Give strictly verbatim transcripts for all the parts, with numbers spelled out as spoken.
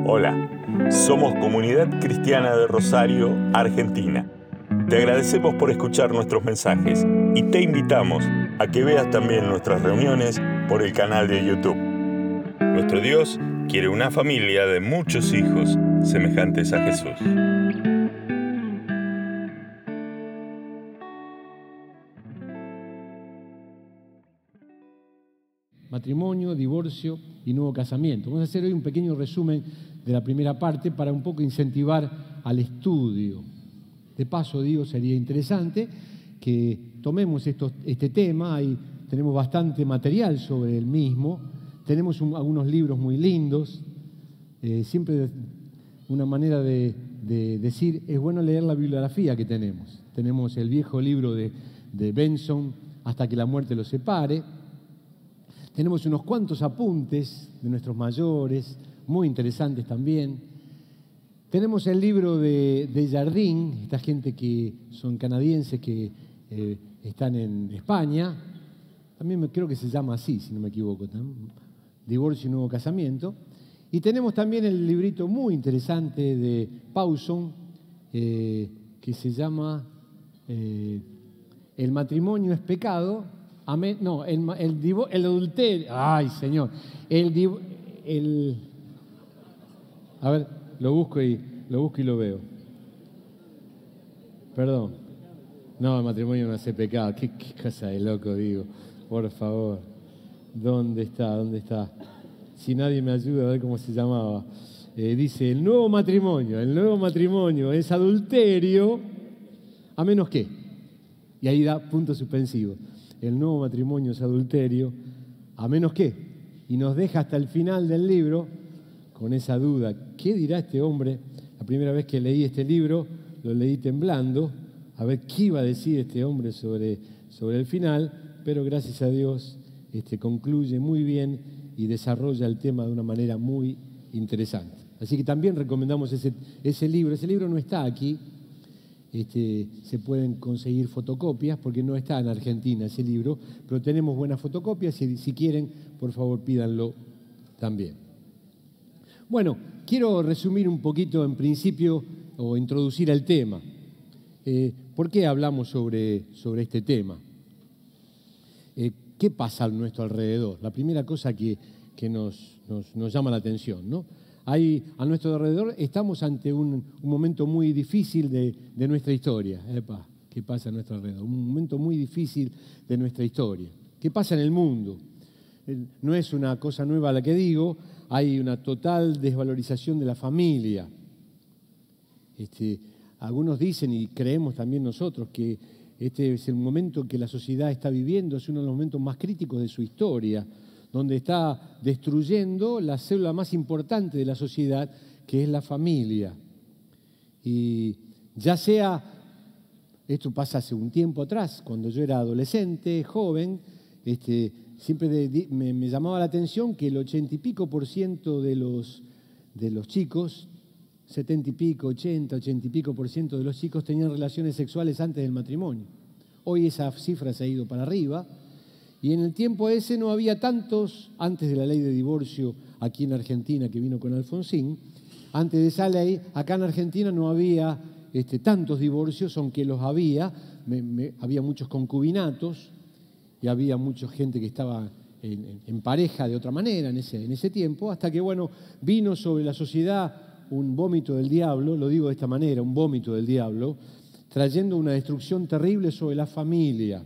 Hola, somos Comunidad Cristiana de Rosario, Argentina. Te agradecemos por escuchar nuestros mensajes y te invitamos a que veas también nuestras reuniones por el canal de YouTube. Nuestro Dios quiere una familia de muchos hijos semejantes a Jesús. Matrimonio, divorcio y nuevo casamiento. Vamos a hacer hoy un pequeño resumen de la primera parte para un poco incentivar al estudio. De paso, digo, sería interesante que tomemos estos, este tema. Ahí tenemos bastante material sobre el mismo. Tenemos un, algunos libros muy lindos. Eh, siempre una manera de, de decir, es bueno leer la bibliografía que tenemos. Tenemos el viejo libro de, de Benson, Hasta que la muerte los separe. Tenemos unos cuantos apuntes de nuestros mayores, muy interesantes también. Tenemos el libro de, de Jardín, esta gente que son canadienses que eh, están en España. También me, creo que se llama así, si no me equivoco, ¿no? Divorcio y nuevo casamiento. Y tenemos también el librito muy interesante de Pawson, eh, que se llama eh, El matrimonio es pecado. Amén. No, el, el, el adulterio. Ay, Señor. El, el, a ver, lo busco y lo busco y lo veo. Perdón. No, el matrimonio no hace pecado. ¿Qué, qué cosa de loco digo? Por favor. ¿Dónde está? ¿Dónde está? Si nadie me ayuda a ver cómo se llamaba. Eh, dice, el nuevo matrimonio. El nuevo matrimonio es adulterio, a menos que. Y ahí da punto suspensivo. El nuevo matrimonio es adulterio, a menos que, y nos deja hasta el final del libro con esa duda. ¿Qué dirá este hombre? La primera vez que leí este libro, lo leí temblando, a ver qué iba a decir este hombre sobre, sobre el final, pero gracias a Dios este, concluye muy bien y desarrolla el tema de una manera muy interesante. Así que también recomendamos ese, ese libro. Ese libro no está aquí. Este, se pueden conseguir fotocopias porque no está en Argentina ese libro, pero tenemos buenas fotocopias y si quieren, por favor, pídanlo también. Bueno, quiero resumir un poquito en principio o introducir el tema. Eh, ¿Por qué hablamos sobre, sobre este tema? Eh, ¿Qué pasa a nuestro alrededor? La primera cosa que, que nos, nos, nos llama la atención, ¿no? Hay, a nuestro alrededor estamos ante un, un momento muy difícil de, de nuestra historia. Epa, ¿qué pasa a nuestro alrededor? Un momento muy difícil de nuestra historia. ¿Qué pasa en el mundo? No es una cosa nueva la que digo, hay una total desvalorización de la familia. Este, algunos dicen, y creemos también nosotros, que este es el momento que la sociedad está viviendo, es uno de los momentos más críticos de su historia, donde está destruyendo la célula más importante de la sociedad, que es la familia. Y ya sea, esto pasa hace un tiempo atrás, cuando yo era adolescente, joven, este, siempre de, de, me, me llamaba la atención que el ochenta y pico por ciento de los, de los chicos, setenta y pico, ochenta, ochenta y pico por ciento de los chicos tenían relaciones sexuales antes del matrimonio. Hoy esa cifra se ha ido para arriba. Y en el tiempo ese no había tantos, antes de la ley de divorcio aquí en Argentina que vino con Alfonsín, antes de esa ley, acá en Argentina no había este, tantos divorcios, aunque los había, me, me, había muchos concubinatos y había mucha gente que estaba en, en, en pareja de otra manera en ese, en ese tiempo, hasta que bueno, vino sobre la sociedad un vómito del diablo, lo digo de esta manera, un vómito del diablo, trayendo una destrucción terrible sobre la familia.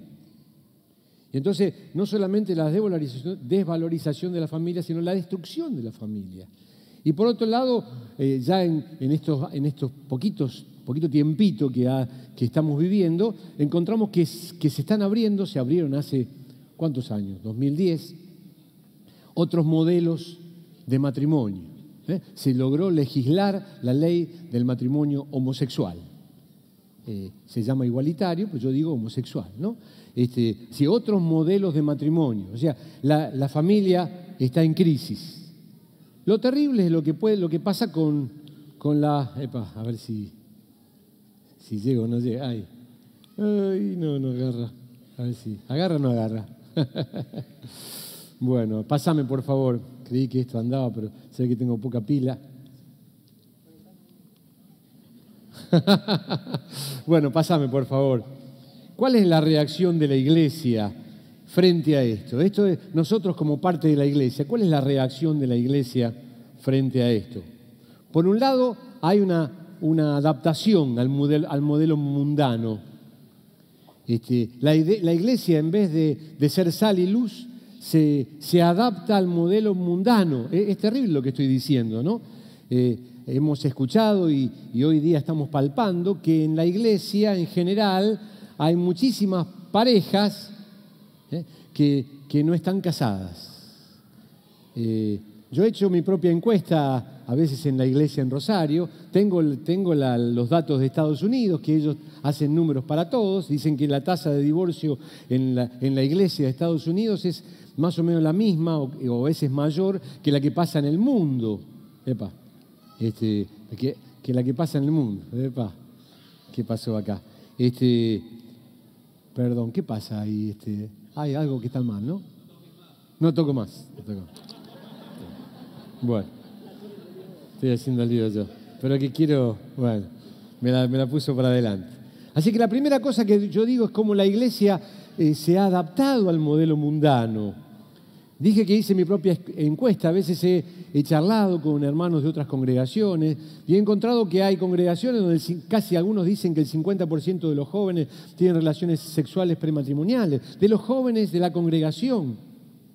Y entonces, no solamente la desvalorización, desvalorización de la familia, sino la destrucción de la familia. Y por otro lado, eh, ya en, en, estos, en estos poquitos, poquito tiempito que, ha, que estamos viviendo, encontramos que, que se están abriendo, se abrieron hace, ¿cuántos años? dos mil diez, otros modelos de matrimonio. ¿eh? Se logró legislar la ley del matrimonio homosexual. Eh, se llama igualitario, pues yo digo homosexual, ¿no? Este, sí, otros modelos de matrimonio. O sea, la, la familia está en crisis. Lo terrible es lo que, puede, lo que pasa con, con la... Epa, a ver si, si llego o no llega. Ay, ay, no, no agarra. A ver si... ¿Agarra o no agarra? Bueno, pásame por favor. Creí que esto andaba, pero sé que tengo poca pila. Bueno, pásame, por favor. ¿Cuál es la reacción de la iglesia frente a esto? Esto es, nosotros como parte de la iglesia, ¿cuál es la reacción de la iglesia frente a esto? Por un lado, hay una, una adaptación al modelo, al modelo mundano. Este, la, la iglesia, en vez de, de ser sal y luz, se, se adapta al modelo mundano. Es, es terrible lo que estoy diciendo, ¿no? Eh, hemos escuchado y, y hoy día estamos palpando que en la iglesia en general hay muchísimas parejas eh, que, que no están casadas. Eh, yo he hecho mi propia encuesta a veces en la iglesia en Rosario. Tengo, tengo la, los datos de Estados Unidos, que ellos hacen números para todos. Dicen que la tasa de divorcio en la, en la iglesia de Estados Unidos es más o menos la misma o, o a veces mayor que la que pasa en el mundo. Epa, este, que, que la que pasa en el mundo. Epa, ¿qué pasó acá? Este, perdón, ¿qué pasa ahí? Este, hay algo que está mal, ¿no? No toco más. No toco más. Bueno, estoy haciendo el lío yo. Pero que quiero, bueno, me la, me la puso para adelante. Así que la primera cosa que yo digo es cómo la iglesia eh, se ha adaptado al modelo mundano. Dije que hice mi propia encuesta, a veces he, he charlado con hermanos de otras congregaciones y he encontrado que hay congregaciones donde casi algunos dicen que el cincuenta por ciento de los jóvenes tienen relaciones sexuales prematrimoniales, de los jóvenes de la congregación.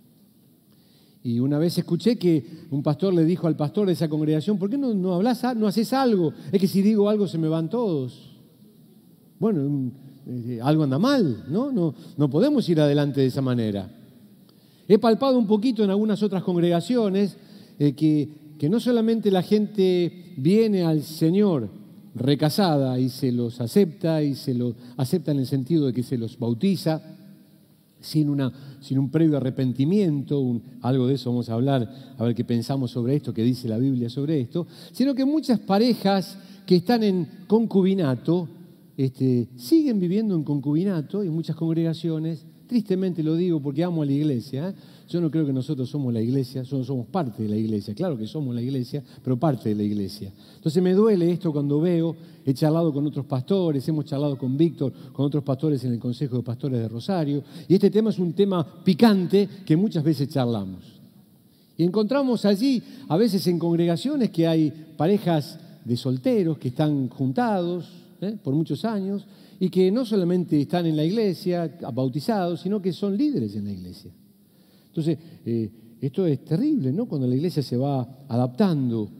Y una vez escuché que un pastor le dijo al pastor de esa congregación, ¿por qué no, no hablas, no haces algo? Es que si digo algo se me van todos. Bueno, eh, algo anda mal, ¿no? No, no podemos ir adelante de esa manera. He palpado un poquito en algunas otras congregaciones eh, que, que no solamente la gente viene al Señor recasada y se los acepta, y se los acepta en el sentido de que se los bautiza, sin, una, sin un previo arrepentimiento, un, algo de eso vamos a hablar, a ver qué pensamos sobre esto, qué dice la Biblia sobre esto, sino que muchas parejas que están en concubinato, este, siguen viviendo en concubinato en muchas congregaciones. Tristemente lo digo porque amo a la iglesia, ¿eh? Yo no creo que nosotros somos la iglesia, solo somos parte de la iglesia. Claro que somos la iglesia, pero parte de la iglesia. Entonces me duele esto cuando veo, he charlado con otros pastores, hemos charlado con Víctor, con otros pastores en el Consejo de Pastores de Rosario, y este tema es un tema picante que muchas veces charlamos. Y encontramos allí, a veces en congregaciones, que hay parejas de solteros que están juntados ¿eh? por muchos años, y que no solamente están en la iglesia, bautizados, sino que son líderes en la iglesia. Entonces, eh, esto es terrible, ¿no? Cuando la iglesia se va adaptando,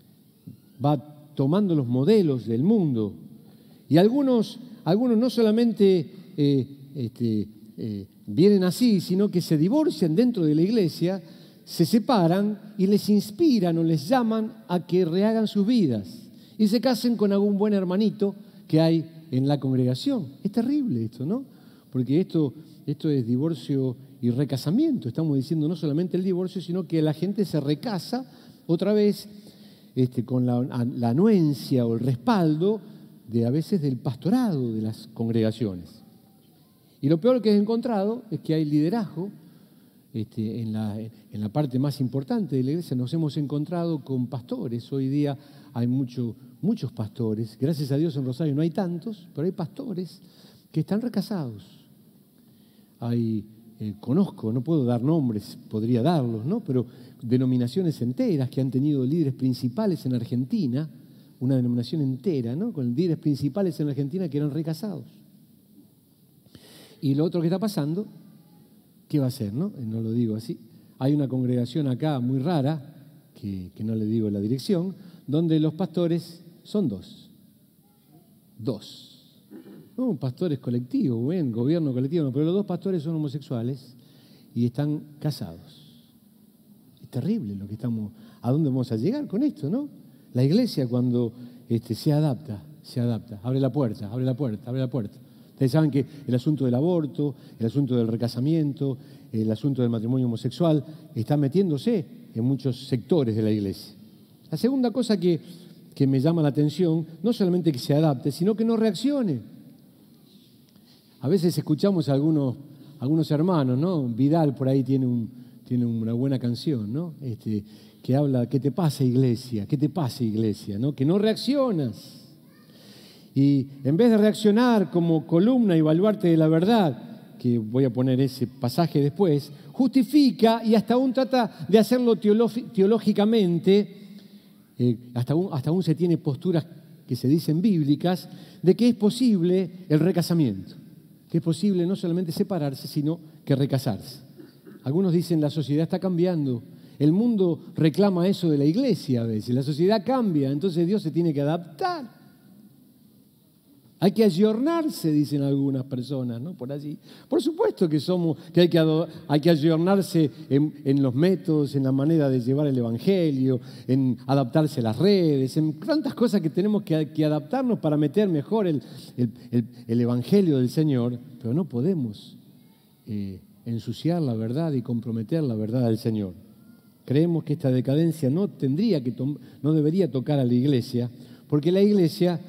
va tomando los modelos del mundo. Y algunos, algunos no solamente eh, este, eh, vienen así, sino que se divorcian dentro de la iglesia, se separan y les inspiran o les llaman a que rehagan sus vidas y se casen con algún buen hermanito que hay en la congregación. Es terrible esto, ¿no? Porque esto, esto es divorcio y recasamiento. Estamos diciendo no solamente el divorcio, sino que la gente se recasa otra vez este, con la, la anuencia o el respaldo de a veces del pastorado de las congregaciones. Y lo peor que he encontrado es que hay liderazgo este, en, la, en la parte más importante de la iglesia. Nos hemos encontrado con pastores. Hoy día hay mucho, muchos pastores. Gracias a Dios en Rosario no hay tantos, pero hay pastores que están recasados. Hay, eh, conozco, no puedo dar nombres, podría darlos, ¿no? Pero denominaciones enteras que han tenido líderes principales en Argentina, una denominación entera, ¿no? Con líderes principales en Argentina que eran recasados. Y lo otro que está pasando, ¿qué va a ser, no? No lo digo así. Hay una congregación acá muy rara, que, que no le digo la dirección, donde los pastores son dos. Dos. No, pastores colectivos, bueno, gobierno colectivo, no, pero los dos pastores son homosexuales y están casados. Es terrible lo que estamos, ¿a dónde vamos a llegar con esto, no? La iglesia cuando este, se adapta, se adapta, abre la puerta, abre la puerta, abre la puerta. Ustedes saben que el asunto del aborto, el asunto del recasamiento, el asunto del matrimonio homosexual está metiéndose en muchos sectores de la iglesia. La segunda cosa que, que me llama la atención, no solamente que se adapte, sino que no reaccione. A veces escuchamos a algunos, algunos hermanos, ¿no? Vidal por ahí tiene, un, tiene una buena canción, ¿no? Este, que habla, ¿qué te pasa, iglesia? ¿Qué te pasa, iglesia? ¿No? Que no reaccionas. Y en vez de reaccionar como columna y baluarte de la verdad, que voy a poner ese pasaje después, justifica y hasta aún trata de hacerlo teológicamente, eh, hasta, aún, hasta aún se tiene posturas que se dicen bíblicas, de que es posible el recasamiento, que es posible no solamente separarse, sino que recasarse. Algunos dicen la sociedad está cambiando, el mundo reclama eso de la iglesia a veces, la sociedad cambia, entonces Dios se tiene que adaptar. Hay que ayornarse, dicen algunas personas, ¿no? Por allí. Por supuesto que somos, que hay que, hay que ayornarse en, en los métodos, en la manera de llevar el evangelio, en adaptarse a las redes, en tantas cosas que tenemos que, que adaptarnos para meter mejor el, el, el, el evangelio del Señor, pero no podemos eh, ensuciar la verdad y comprometer la verdad del Señor. Creemos que esta decadencia no tendría que no debería tocar a la iglesia, porque la iglesia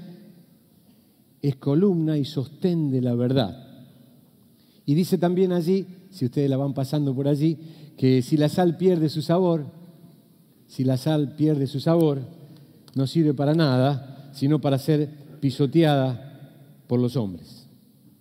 es columna y sostén de la verdad. Y dice también allí, si ustedes la van pasando por allí, que si la sal pierde su sabor, si la sal pierde su sabor, no sirve para nada, sino para ser pisoteada por los hombres.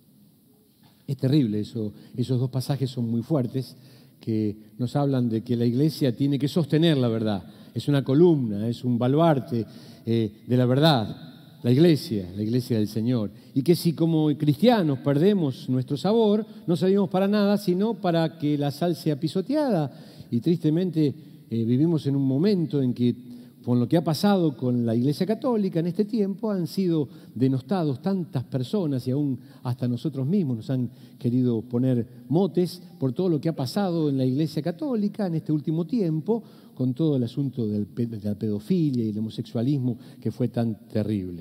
Es terrible eso, esos dos pasajes son muy fuertes, que nos hablan de que la iglesia tiene que sostener la verdad. Es una columna, es un baluarte eh, de la verdad. La iglesia, la iglesia del Señor. Y que si como cristianos perdemos nuestro sabor, no servimos para nada, sino para que la sal sea pisoteada. Y tristemente eh, vivimos en un momento en que, con lo que ha pasado con la Iglesia Católica en este tiempo, han sido denostados tantas personas y aún hasta nosotros mismos nos han querido poner motes por todo lo que ha pasado en la Iglesia Católica en este último tiempo, con todo el asunto del, de la pedofilia y el homosexualismo que fue tan terrible.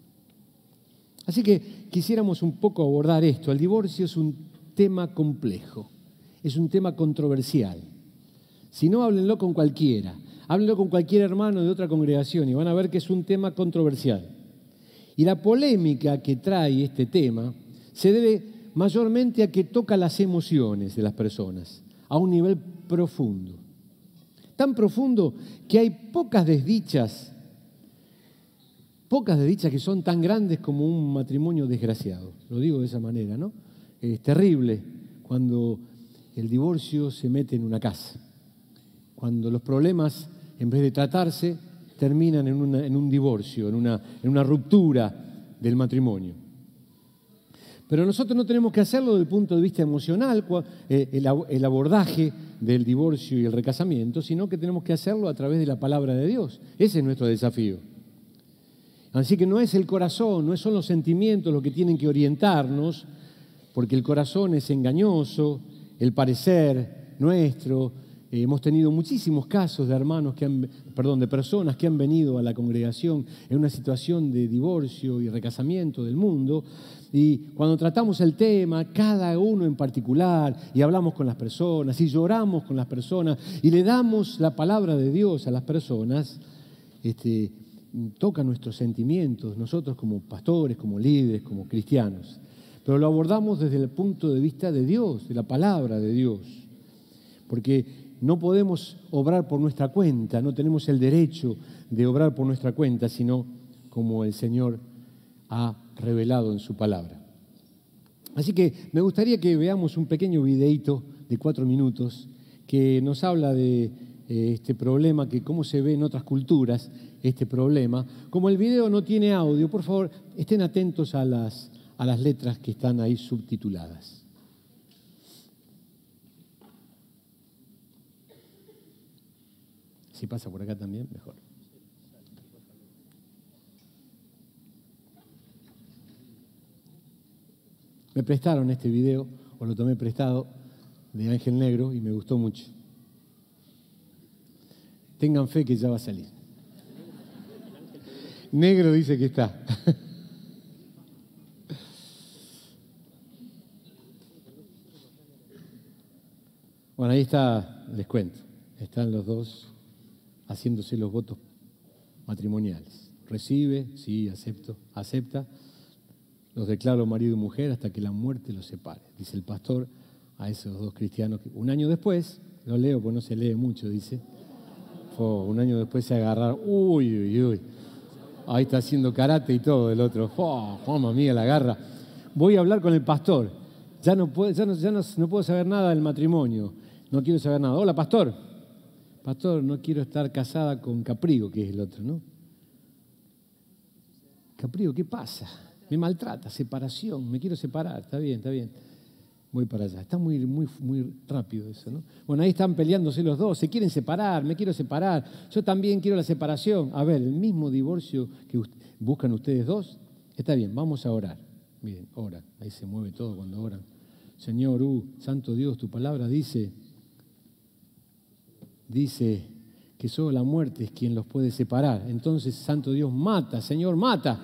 Así que quisiéramos un poco abordar esto. El divorcio es un tema complejo, es un tema controversial. Si no, háblenlo con cualquiera, háblenlo con cualquier hermano de otra congregación y van a ver que es un tema controversial. Y la polémica que trae este tema se debe mayormente a que toca las emociones de las personas a un nivel profundo. Tan profundo que hay pocas desdichas, pocas desdichas que son tan grandes como un matrimonio desgraciado. Lo digo de esa manera, ¿no? Es terrible cuando el divorcio se mete en una casa, cuando los problemas, en vez de tratarse, terminan en, una, en un divorcio, en una, en una ruptura del matrimonio. Pero nosotros no tenemos que hacerlo desde el punto de vista emocional, el abordaje del divorcio y el recasamiento, sino que tenemos que hacerlo a través de la palabra de Dios. Ese es nuestro desafío. Así que no es el corazón, no son los sentimientos los que tienen que orientarnos, porque el corazón es engañoso, el parecer nuestro. Eh, hemos tenido muchísimos casos de hermanos que han, perdón, de personas que han venido a la congregación en una situación de divorcio y recasamiento del mundo. Y cuando tratamos el tema, cada uno en particular, y hablamos con las personas, y lloramos con las personas, y le damos la palabra de Dios a las personas, este, toca nuestros sentimientos, nosotros como pastores, como líderes, como cristianos. Pero lo abordamos desde el punto de vista de Dios, de la palabra de Dios. Porque no podemos obrar por nuestra cuenta, no tenemos el derecho de obrar por nuestra cuenta, sino como el Señor ha revelado en su palabra. Así que me gustaría que veamos un pequeño videíto de cuatro minutos que nos habla de eh, este problema, que cómo se ve en otras culturas este problema. Como el video no tiene audio, por favor, estén atentos a las, a las letras que están ahí subtituladas. Si pasa por acá también, mejor. Me prestaron este video, o lo tomé prestado, de Ángel Negro, y me gustó mucho. Tengan fe que ya va a salir. Negro dice que está. Bueno, ahí está, les cuento. Están los dos haciéndose los votos matrimoniales. Recibe, sí, acepto, acepta. Los declaro marido y mujer hasta que la muerte los separe, dice el pastor a esos dos cristianos. Un año después, lo leo porque no se lee mucho, dice, oh, un año después se agarraron, uy, uy, uy, Ahí está haciendo karate y todo el otro. ¡Oh, mamma mía, la agarra! Voy a hablar con el pastor. Ya no puedo, ya no, ya no, no puedo saber nada del matrimonio. No quiero saber nada. Hola, pastor. Pastor, no quiero estar casada con Caprigo, que es el otro, ¿no? Caprigo, ¿qué pasa? Me maltrata, separación, me quiero separar. Está bien, está bien. Voy para allá. Está muy, muy, muy rápido eso, ¿no? Bueno, ahí están peleándose los dos. Se quieren separar, me quiero separar. Yo también quiero la separación. A ver, el mismo divorcio que buscan ustedes dos, está bien, vamos a orar. Miren, ora. Ahí se mueve todo cuando oran. Señor, uh, Santo Dios, tu palabra dice, dice que solo la muerte es quien los puede separar. Entonces, Santo Dios, mata, Señor, mata.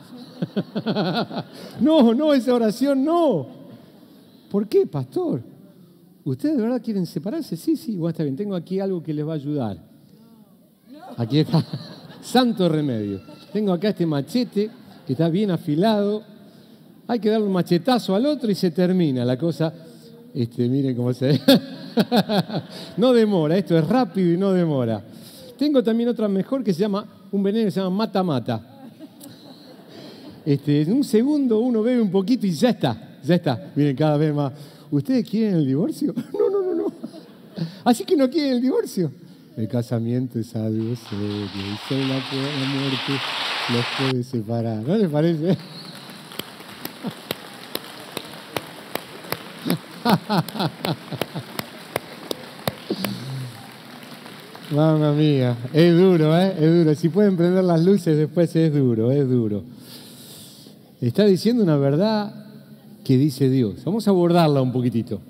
No, no, esa oración no. ¿Por qué, pastor? ¿Ustedes de verdad quieren separarse? Sí, sí, bueno, está bien. Tengo aquí algo que les va a ayudar. Aquí está. Santo remedio. Tengo acá este machete que está bien afilado. Hay que darle un machetazo al otro y se termina la cosa. Este, miren cómo se ve. No demora, esto es rápido y no demora. Tengo también otra mejor que se llama, un veneno que se llama mata-mata. Este, en un segundo uno bebe un poquito y ya está. Ya está, miren, cada vez más. ¿Ustedes quieren el divorcio? No, no, no, no. Así que no quieren el divorcio. El casamiento es algo serio y solo la muerte los puede separar. ¿No les parece? Mamma mía, es duro, ¿eh? Es duro. Si pueden prender las luces después es duro, es duro. Está diciendo una verdad que dice Dios. Vamos a abordarla un poquitito.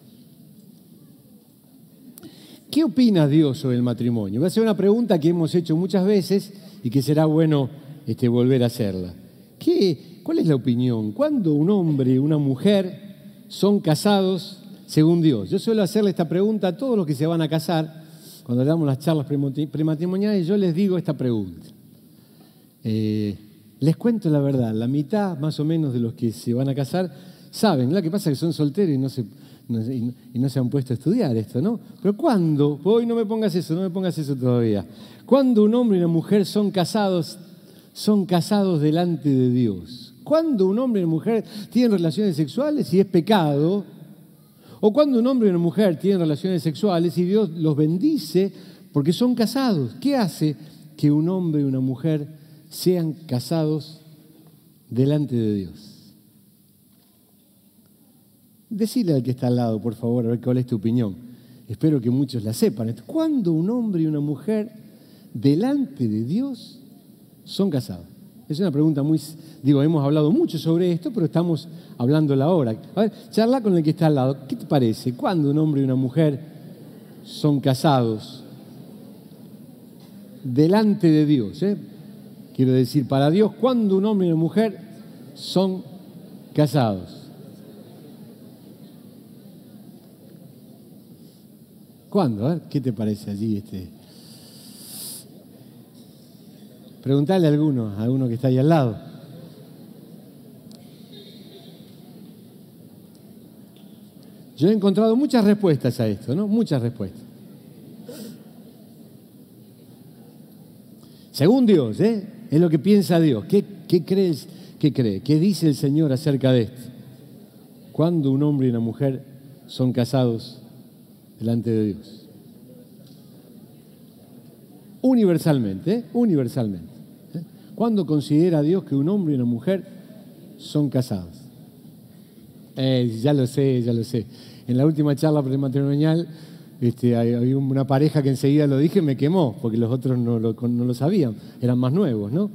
¿Qué opina Dios sobre el matrimonio? Va a ser una pregunta que hemos hecho muchas veces y que será bueno este, volver a hacerla. ¿Qué, ¿Cuál es la opinión? ¿Cuándo un hombre y una mujer son casados según Dios? Yo suelo hacerle esta pregunta a todos los que se van a casar. Cuando le damos las charlas prematrimoniales, yo les digo esta pregunta. Eh, Les cuento la verdad, la mitad más o menos de los que se van a casar saben, lo que pasa es que son solteros y no, se, no, y, y no se han puesto a estudiar esto, ¿no? Pero ¿cuándo? Hoy no me pongas eso, no me pongas eso todavía. ¿Cuándo un hombre y una mujer son casados, son casados delante de Dios? ¿Cuándo un hombre y una mujer tienen relaciones sexuales y es pecado? ¿O cuando un hombre y una mujer tienen relaciones sexuales y Dios los bendice porque son casados? ¿Qué hace que un hombre y una mujer sean casados delante de Dios? Decile al que está al lado, por favor, a ver cuál es tu opinión. Espero que muchos la sepan. ¿Cuándo un hombre y una mujer delante de Dios son casados? Es una pregunta muy... Digo, hemos hablado mucho sobre esto, pero estamos hablándola ahora. A ver, charla con el que está al lado. ¿Qué te parece? ¿Cuándo un hombre y una mujer son casados delante de Dios? ¿eh? Quiero decir, para Dios, ¿cuándo un hombre y una mujer son casados? ¿Cuándo? A ver, ¿qué te parece allí? Este? Preguntale a alguno, a alguno que está ahí al lado. Yo he encontrado muchas respuestas a esto, ¿no? Muchas respuestas. Según Dios, ¿eh? Es lo que piensa Dios. ¿Qué, qué crees? ¿Qué cree? ¿Qué dice el Señor acerca de esto? ¿Cuándo un hombre y una mujer son casados delante de Dios? Universalmente, ¿eh? Universalmente. ¿eh? ¿Cuándo considera Dios que un hombre y una mujer son casados? Eh, ya lo sé, ya lo sé. En la última charla prematrimonial este, había una pareja que enseguida lo dije y me quemó, porque los otros no lo, no lo sabían, eran más nuevos, ¿no?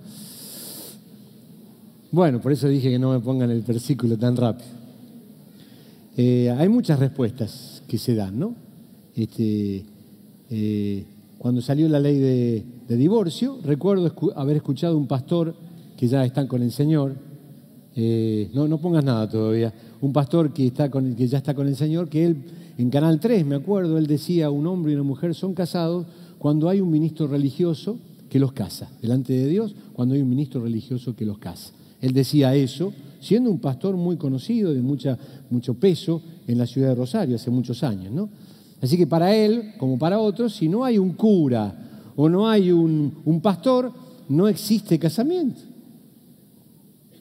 Bueno, por eso dije que no me pongan el versículo tan rápido. Eh, hay muchas respuestas que se dan, ¿no? Este, eh, cuando salió la ley de, de divorcio, recuerdo escu- haber escuchado a un pastor que ya está con el Señor. Eh, no, no pongas nada todavía. Un pastor que, está con, que ya está con el Señor, que él, en Canal tres, me acuerdo, él decía, un hombre y una mujer son casados cuando hay un ministro religioso que los casa. Delante de Dios, cuando hay un ministro religioso que los casa. Él decía eso, siendo un pastor muy conocido, de mucha, mucho peso en la ciudad de Rosario, hace muchos años, ¿no? Así que para él, como para otros, si no hay un cura o no hay un, un pastor, no existe casamiento.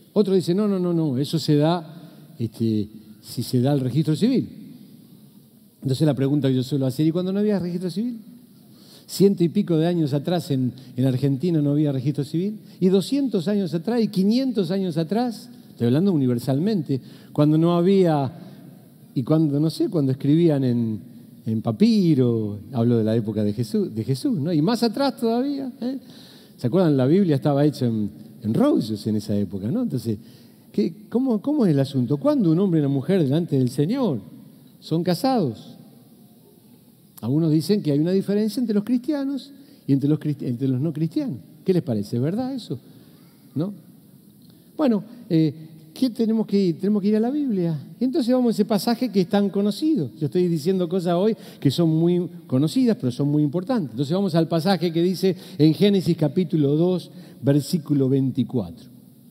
Otro dice, no, no, no, no, eso se da este, si se da el registro civil. Entonces la pregunta que yo suelo hacer, ¿y cuando no había registro civil? Ciento y pico de años atrás en, en Argentina no había registro civil. Y doscientos años atrás y quinientos años atrás, estoy hablando universalmente, cuando no había, y cuando, no sé, cuando escribían en, en papiro, hablo de la época de Jesús, de Jesús, ¿no? Y más atrás todavía, ¿eh? ¿Se acuerdan? La Biblia estaba hecha en, en rollos en esa época, ¿no? Entonces, ¿qué, cómo, ¿cómo es el asunto? ¿Cuándo un hombre y una mujer delante del Señor son casados? Algunos dicen que hay una diferencia entre los cristianos y entre los, entre los no cristianos. ¿Qué les parece? ¿Es verdad eso? ¿No? Bueno, eh, ¿qué tenemos que ir? Tenemos que ir a la Biblia. Y entonces vamos a ese pasaje que es tan conocido. Yo estoy diciendo cosas hoy que son muy conocidas, pero son muy importantes. Entonces vamos al pasaje que dice en Génesis capítulo dos, versículo veinticuatro.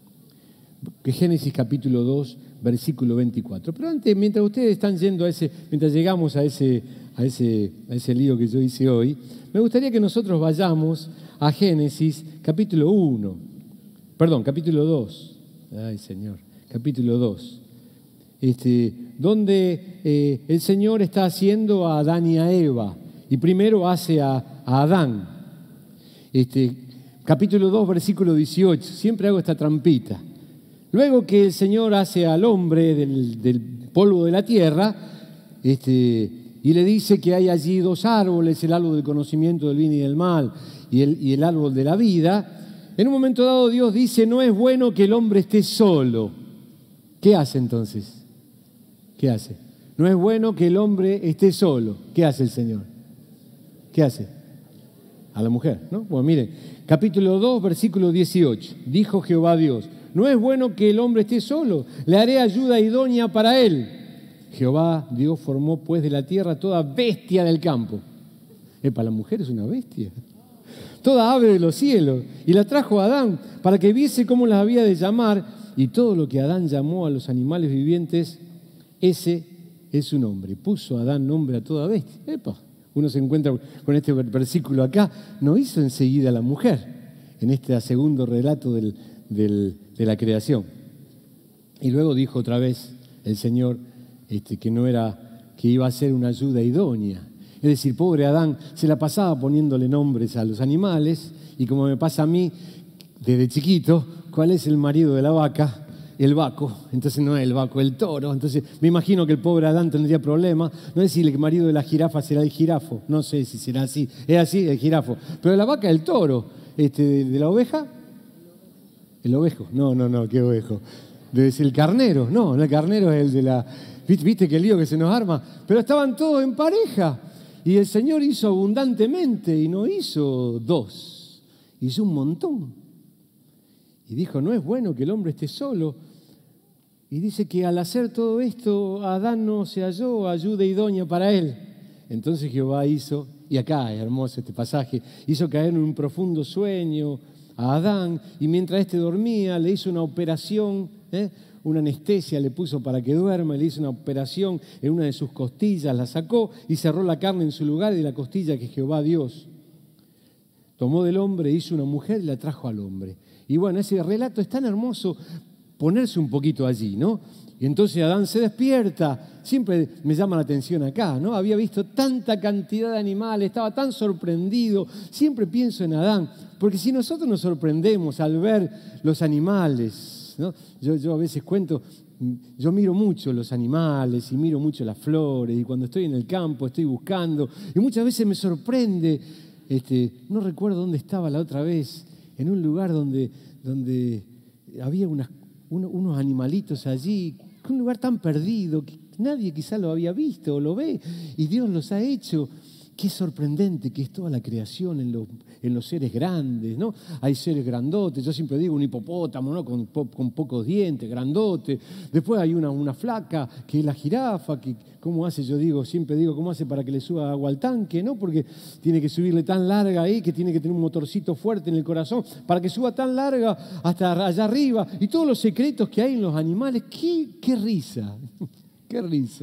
Que Génesis capítulo dos, versículo veinticuatro. Pero antes, mientras ustedes están yendo a ese, mientras llegamos a ese, a ese, a ese lío que yo hice hoy, me gustaría que nosotros vayamos a Génesis capítulo uno, perdón, capítulo dos. Ay, Señor, capítulo dos. Este, donde eh, el Señor está haciendo a Adán y a Eva, y primero hace a, a Adán. Este, capítulo dos, versículo dieciocho. Siempre hago esta trampita. Luego que el Señor hace al hombre del, del polvo de la tierra, este, y le dice que hay allí dos árboles, el árbol del conocimiento del bien y del mal y el, y el árbol de la vida, en un momento dado Dios dice, no es bueno que el hombre esté solo. ¿Qué hace entonces? ¿Qué hace? No es bueno que el hombre esté solo. ¿Qué hace el Señor? ¿Qué hace? A la mujer, ¿no? Bueno, miren, capítulo dos, versículo dieciocho. Dijo Jehová Dios, no es bueno que el hombre esté solo, le haré ayuda idónea para él. Jehová Dios formó pues de la tierra toda bestia del campo. Epa, la mujer es una bestia. Toda ave de los cielos. Y la trajo a Adán para que viese cómo las había de llamar. Y todo lo que Adán llamó a los animales vivientes, ese es su nombre. Puso Adán nombre a toda bestia. Epa, uno se encuentra con este versículo acá. No hizo enseguida a la mujer en este segundo relato del, del, de la creación. Y luego dijo otra vez el Señor este, que no era, que iba a ser una ayuda idónea. Es decir, pobre Adán se la pasaba poniéndole nombres a los animales y como me pasa a mí desde chiquito, ¿cuál es el marido de la vaca? El vaco. Entonces no es el vaco, el toro. Entonces me imagino que el pobre Adán tendría problemas. No es si el marido de la jirafa será el jirafo. No sé si será así. Es así, el jirafo. Pero la vaca, el toro. Este, ¿de, de la oveja? ¿El ovejo? No, no, no, ¿qué ovejo? Debe ser el carnero. No, el carnero es el de la... ¿Viste qué lío que se nos arma? Pero estaban todos en pareja. Y el Señor hizo abundantemente y no hizo dos. Hizo un montón. Y dijo, no es bueno que el hombre esté solo. Y dice que al hacer todo esto, Adán no se halló ayuda idónea para él. Entonces Jehová hizo, y acá es hermoso este pasaje, hizo caer en un profundo sueño a Adán, y mientras éste dormía le hizo una operación, ¿eh? una anestesia le puso para que duerma, le hizo una operación en una de sus costillas, la sacó y cerró la carne en su lugar, y de la costilla que Jehová Dios tomó del hombre, hizo una mujer y la trajo al hombre. Y bueno, ese relato es tan hermoso ponerse un poquito allí, ¿no? Y entonces Adán se despierta, siempre me llama la atención acá, ¿no? Había visto tanta cantidad de animales, estaba tan sorprendido, siempre pienso en Adán, porque si nosotros nos sorprendemos al ver los animales, ¿no? Yo, yo a veces cuento, yo miro mucho los animales y miro mucho las flores, y cuando estoy en el campo estoy buscando, y muchas veces me sorprende, este, no recuerdo dónde estaba la otra vez, en un lugar donde, donde había unas, uno, unos animalitos allí, un lugar tan perdido que nadie quizá lo había visto o lo ve, y Dios los ha hecho. Qué sorprendente que es toda la creación en los, en los seres grandes, ¿no? Hay seres grandotes, yo siempre digo un hipopótamo, ¿no? Con, con pocos dientes, grandote. Después hay una, una flaca, que es la jirafa, que ¿cómo hace? Yo digo, siempre digo, ¿cómo hace para que le suba agua al tanque? ¿No? Porque tiene que subirle tan larga ahí, que tiene que tener un motorcito fuerte en el corazón, para que suba tan larga hasta allá arriba. Y todos los secretos que hay en los animales, qué, qué risa, qué risa.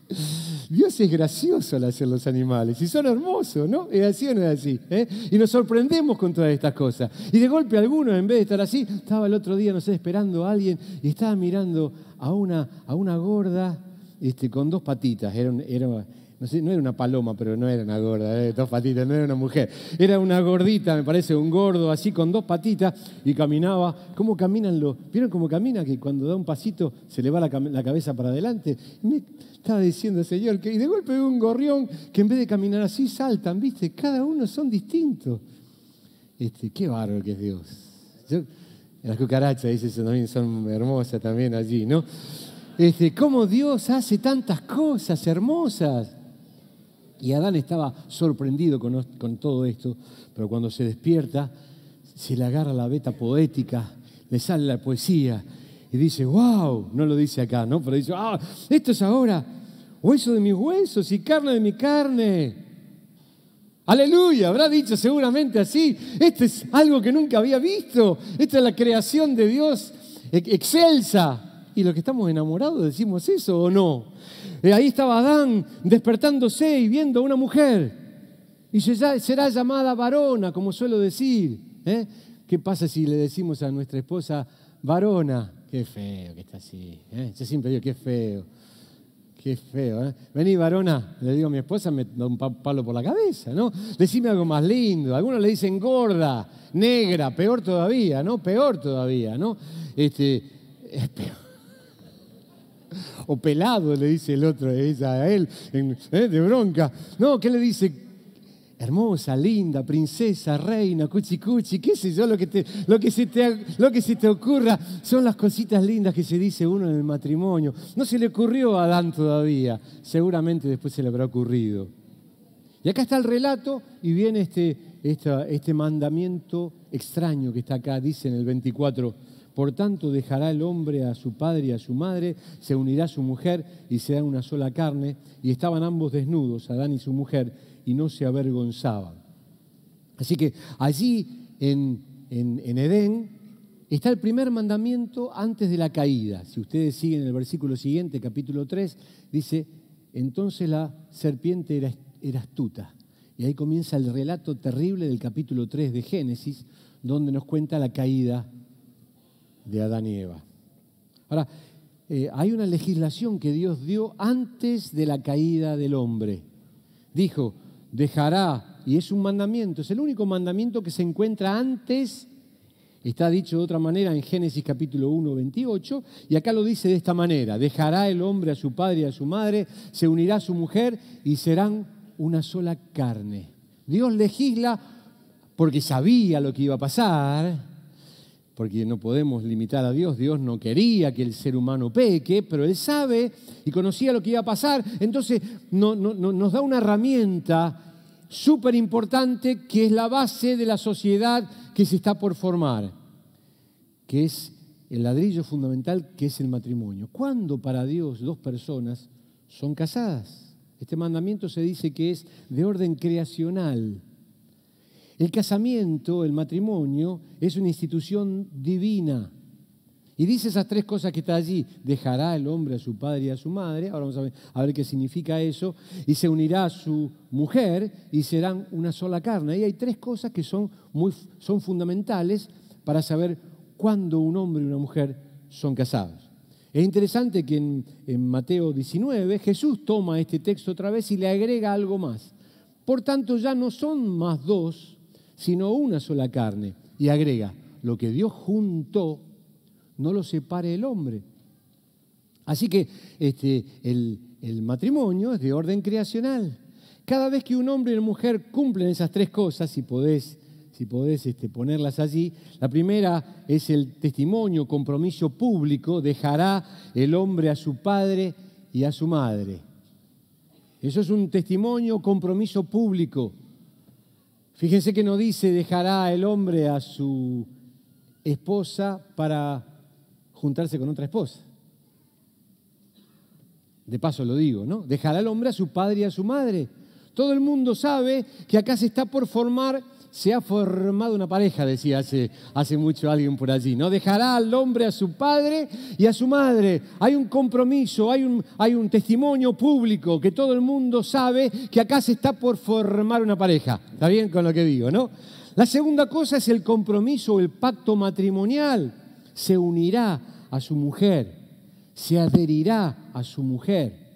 Dios es gracioso al hacer los animales y son hermosos, ¿no? ¿Es así o no es así? ¿Eh? Y nos sorprendemos con todas estas cosas. Y de golpe algunos, en vez de estar así, estaba el otro día, no sé, esperando a alguien y estaba mirando a una, a una gorda este, con dos patitas. Era, un, era, no sé, no era una paloma, pero no era una gorda, ¿eh? Dos patitas, no era una mujer. Era una gordita, me parece, un gordo así con dos patitas y caminaba. ¿Cómo caminan los? ¿Vieron cómo camina? Que cuando da un pasito se le va la, la cabeza para adelante. Y me estaba diciendo, Señor, que y de golpe veo un gorrión que en vez de caminar así saltan, ¿viste? Cada uno son distintos. Este, qué bárbaro que es Dios. Yo, las cucarachas, dice eso también, son hermosas también allí, ¿no? Este, cómo Dios hace tantas cosas hermosas. Y Adán estaba sorprendido con, con todo esto, pero cuando se despierta, se le agarra la veta poética, le sale la poesía y dice, wow, no lo dice acá, ¿no? Pero dice, ah, esto es ahora hueso de mis huesos y carne de mi carne. Aleluya, habrá dicho seguramente así. Esto es algo que nunca había visto. Esta es la creación de Dios excelsa. Y los que estamos enamorados decimos eso o no. Eh, ahí estaba Adán despertándose y viendo a una mujer. Y será llamada varona, como suelo decir. ¿Eh? ¿Qué pasa si le decimos a nuestra esposa varona? Qué feo que está así. ¿Eh? Yo siempre digo, qué feo. Qué feo. ¿Eh? Vení, varona, le digo a mi esposa, me da un palo por la cabeza, ¿no? Decime algo más lindo. Algunos le dicen gorda, negra, peor todavía, ¿no? Peor todavía, ¿no? Este, es peor. O pelado, le dice el otro ella a él, en, ¿eh? de bronca. No, ¿qué le dice? Hermosa, linda, princesa, reina, cuchi cuchi, qué sé yo, lo que, te, lo, que se te, lo que se te ocurra son las cositas lindas que se dice uno en el matrimonio. No se le ocurrió a Adán todavía, seguramente después se le habrá ocurrido. Y acá está el relato y viene este, esta, este mandamiento extraño que está acá, dice en el veinticuatro. Por tanto, dejará el hombre a su padre y a su madre, se unirá a su mujer y será una sola carne. Y estaban ambos desnudos, Adán y su mujer, y no se avergonzaban. Así que allí en, en, en Edén está el primer mandamiento antes de la caída. Si ustedes siguen el versículo siguiente, capítulo tres, dice, entonces la serpiente era, era astuta. Y ahí comienza el relato terrible del capítulo tres de Génesis, donde nos cuenta la caída de Adán y Eva. Ahora, eh, hay una legislación que Dios dio antes de la caída del hombre. Dijo, dejará, y es un mandamiento, es el único mandamiento que se encuentra antes, está dicho de otra manera en Génesis capítulo uno, veintiocho, y acá lo dice de esta manera, dejará el hombre a su padre y a su madre, se unirá a su mujer y serán una sola carne. Dios legisla porque sabía lo que iba a pasar, porque no podemos limitar a Dios. Dios no quería que el ser humano peque, pero Él sabe y conocía lo que iba a pasar. Entonces no, no, no, nos da una herramienta súper importante que es la base de la sociedad que se está por formar, que es el ladrillo fundamental, que es el matrimonio. ¿Cuándo para Dios dos personas son casadas? Este mandamiento se dice que es de orden creacional. El casamiento, el matrimonio, es una institución divina. Y dice esas tres cosas que está allí. Dejará el hombre a su padre y a su madre. Ahora vamos a ver, a ver qué significa eso. Y se unirá a su mujer y serán una sola carne. Ahí hay tres cosas que son, muy, son fundamentales para saber cuándo un hombre y una mujer son casados. Es interesante que en, en Mateo diecinueve Jesús toma este texto otra vez y le agrega algo más. Por tanto, ya no son más dos, sino una sola carne. Y agrega, lo que Dios juntó, no lo separe el hombre. Así que este, el, el matrimonio es de orden creacional. Cada vez que un hombre y una mujer cumplen esas tres cosas, si podés, si podés este, ponerlas allí, la primera es el testimonio, compromiso público, dejará el hombre a su padre y a su madre. Eso es un testimonio, compromiso público. Fíjense que no dice dejará el hombre a su esposa para juntarse con otra esposa. De paso lo digo, ¿no? Dejará el hombre a su padre y a su madre. Todo el mundo sabe que acá se está por formar se ha formado una pareja, decía hace, hace mucho alguien por allí, ¿no? Dejará al hombre a su padre y a su madre. Hay un compromiso, hay un, hay un testimonio público que todo el mundo sabe que acá se está por formar una pareja. ¿Está bien con lo que digo, no? La segunda cosa es el compromiso o el pacto matrimonial. Se unirá a su mujer, se adherirá a su mujer.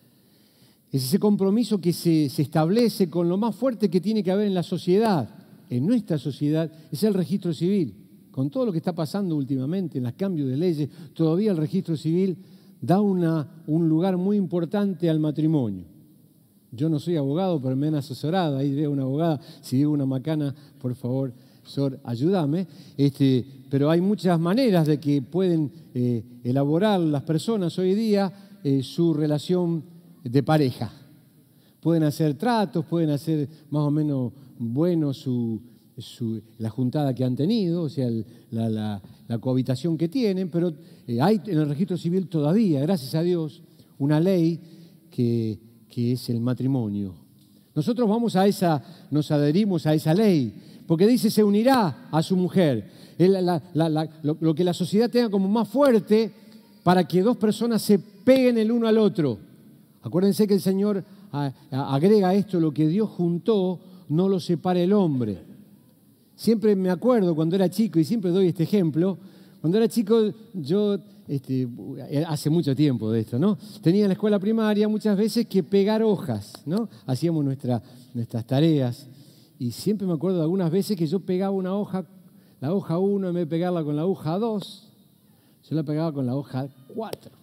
Es ese compromiso que se, se establece con lo más fuerte que tiene que haber en la sociedad. En nuestra sociedad es el registro civil. Con todo lo que está pasando últimamente, en los cambios de leyes, todavía el registro civil da una, un lugar muy importante al matrimonio. Yo no soy abogado, pero me han asesorado. Ahí veo una abogada. Si digo una macana, por favor, Sor, ayúdame. Este, pero hay muchas maneras de que pueden eh, elaborar las personas hoy día eh, su relación de pareja. Pueden hacer tratos, pueden hacer más o menos bueno su, su, la juntada que han tenido, o sea, el, la, la, la cohabitación que tienen, pero eh, hay en el registro civil todavía, gracias a Dios, una ley que, que es el matrimonio. Nosotros vamos a esa, nos adherimos a esa ley, porque dice se unirá a su mujer. El, la, la, la, lo, lo que la sociedad tenga como más fuerte para que dos personas se peguen el uno al otro. Acuérdense que el Señor agrega esto, lo que Dios juntó, no lo separe el hombre. Siempre me acuerdo cuando era chico, y siempre doy este ejemplo, cuando era chico yo, este, hace mucho tiempo de esto, ¿no? Tenía en la escuela primaria muchas veces que pegar hojas, ¿no? Hacíamos nuestra, nuestras tareas, y siempre me acuerdo de algunas veces que yo pegaba una hoja, la hoja uno, en vez de pegarla con la hoja dos, yo la pegaba con la hoja cuatro.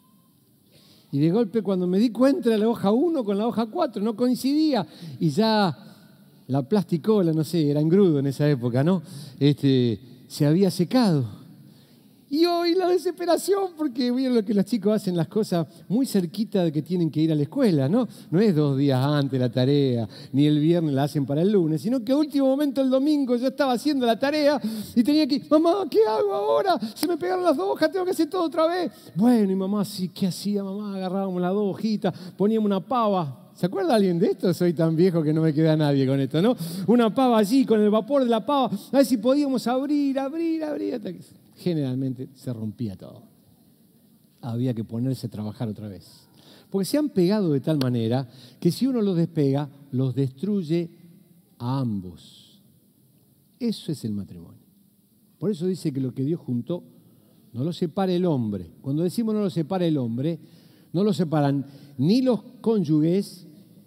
Y de golpe cuando me di cuenta de la hoja uno con la hoja cuatro, no coincidía. Y ya la plasticola, no sé, era engrudo en esa época, ¿no? Este, se había secado. Y hoy la desesperación, porque miren lo que los chicos hacen las cosas muy cerquita de que tienen que ir a la escuela, ¿no? No es dos días antes la tarea, ni el viernes la hacen para el lunes, sino que a último momento el domingo yo estaba haciendo la tarea y tenía que, mamá, ¿qué hago ahora? Se me pegaron las dos hojas, tengo que hacer todo otra vez. Bueno, y mamá, sí, ¿qué hacía mamá? Agarrábamos las dos hojitas, poníamos una pava. ¿Se acuerda alguien de esto? Soy tan viejo que no me queda nadie con esto, ¿no? Una pava allí, con el vapor de la pava, a ver si podíamos abrir, abrir, abrir, hasta que generalmente se rompía todo. Había que ponerse a trabajar otra vez. Porque se han pegado de tal manera que si uno los despega, los destruye a ambos. Eso es el matrimonio. Por eso dice que lo que Dios juntó, no lo separa el hombre. Cuando decimos no lo separa el hombre, no lo separan ni los cónyuges,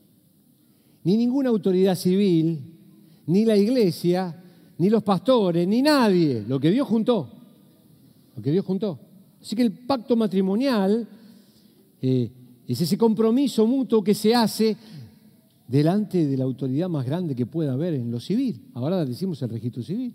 ni ninguna autoridad civil, ni la iglesia, ni los pastores, ni nadie. Lo que Dios juntó. Lo que Dios juntó. Así que el pacto matrimonial eh, es ese compromiso mutuo que se hace delante de la autoridad más grande que pueda haber en lo civil. Ahora decimos el registro civil.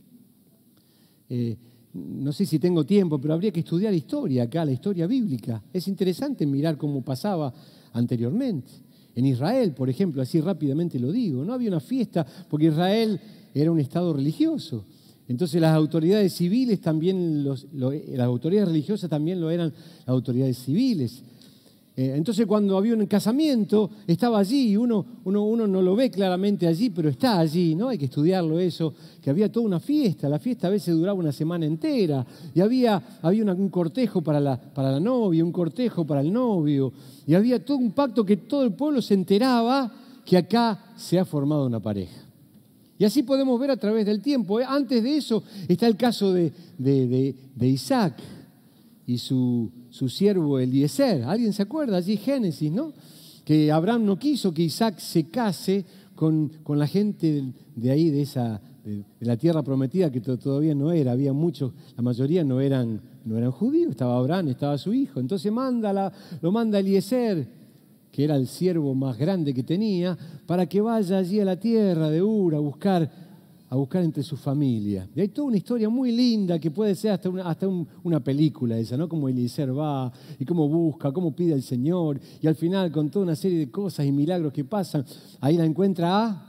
Eh, no sé si tengo tiempo, pero habría que estudiar historia acá, la historia bíblica. Es interesante mirar cómo pasaba anteriormente. En Israel, por ejemplo, así rápidamente lo digo, no había una fiesta porque Israel era un estado religioso. Entonces las autoridades civiles también, los, lo, las autoridades religiosas también lo eran las autoridades civiles. Eh, entonces cuando había un casamiento, estaba allí y uno, uno, uno no lo ve claramente allí, pero está allí, ¿no? Hay que estudiarlo eso, que había toda una fiesta, la fiesta a veces duraba una semana entera y había, había una, un cortejo para la, para la novia, un cortejo para el novio y había todo un pacto que todo el pueblo se enteraba que acá se ha formado una pareja. Y así podemos ver a través del tiempo. Antes de eso está el caso de, de, de, de Isaac y su, su siervo Eliezer. ¿Alguien se acuerda? Allí Génesis, ¿no? Que Abraham no quiso que Isaac se case con, con la gente de ahí, de, esa, de, de la tierra prometida, que todavía no era. Había muchos, la mayoría no eran, no eran judíos. Estaba Abraham, estaba su hijo. Entonces manda la, lo manda Eliezer, que era el siervo más grande que tenía, para que vaya allí a la tierra de Ur a buscar, a buscar entre su familia. Y hay toda una historia muy linda que puede ser hasta una, hasta un, una película esa, ¿no? Como Eliezer va y cómo busca, cómo pide al Señor, y al final con toda una serie de cosas y milagros que pasan, ahí la encuentra a,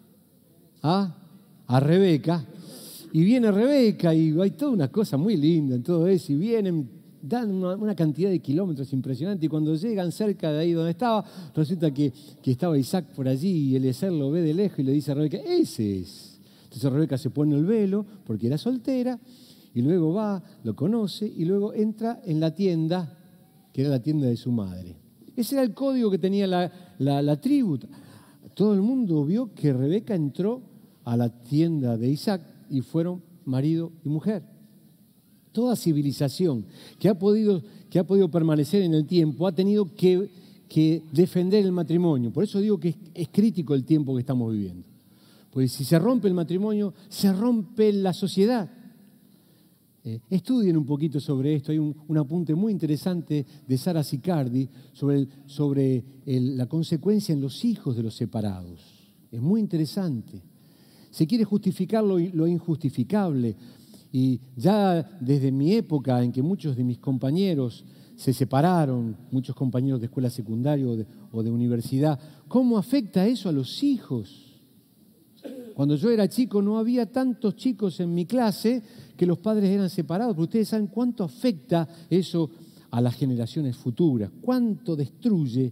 a, a Rebeca, y viene Rebeca y hay toda una cosa muy linda en todo eso, y vienen, dan una, una cantidad de kilómetros impresionante y cuando llegan cerca de ahí donde estaba, resulta que, que estaba Isaac por allí y Eliezer lo ve de lejos y le dice a Rebeca, ese es. Entonces Rebeca se pone el velo porque era soltera y luego va, lo conoce y luego entra en la tienda, que era la tienda de su madre. Ese era el código que tenía la, la, la tribu. Todo el mundo vio que Rebeca entró a la tienda de Isaac y fueron marido y mujer. Toda civilización que ha podido, que ha podido permanecer en el tiempo ha tenido que, que defender el matrimonio. Por eso digo que es, es crítico el tiempo que estamos viviendo. Porque si se rompe el matrimonio, se rompe la sociedad. Eh, estudien un poquito sobre esto. Hay un, un apunte muy interesante de Sara Sicardi sobre, el, sobre el, la consecuencia en los hijos de los separados. Es muy interesante. Se quiere justificar lo, lo injustificable. Y ya desde mi época en que muchos de mis compañeros se separaron, muchos compañeros de escuela secundaria o de, o de universidad, ¿cómo afecta eso a los hijos? Cuando yo era chico no había tantos chicos en mi clase que los padres eran separados, pero ustedes saben cuánto afecta eso a las generaciones futuras, cuánto destruye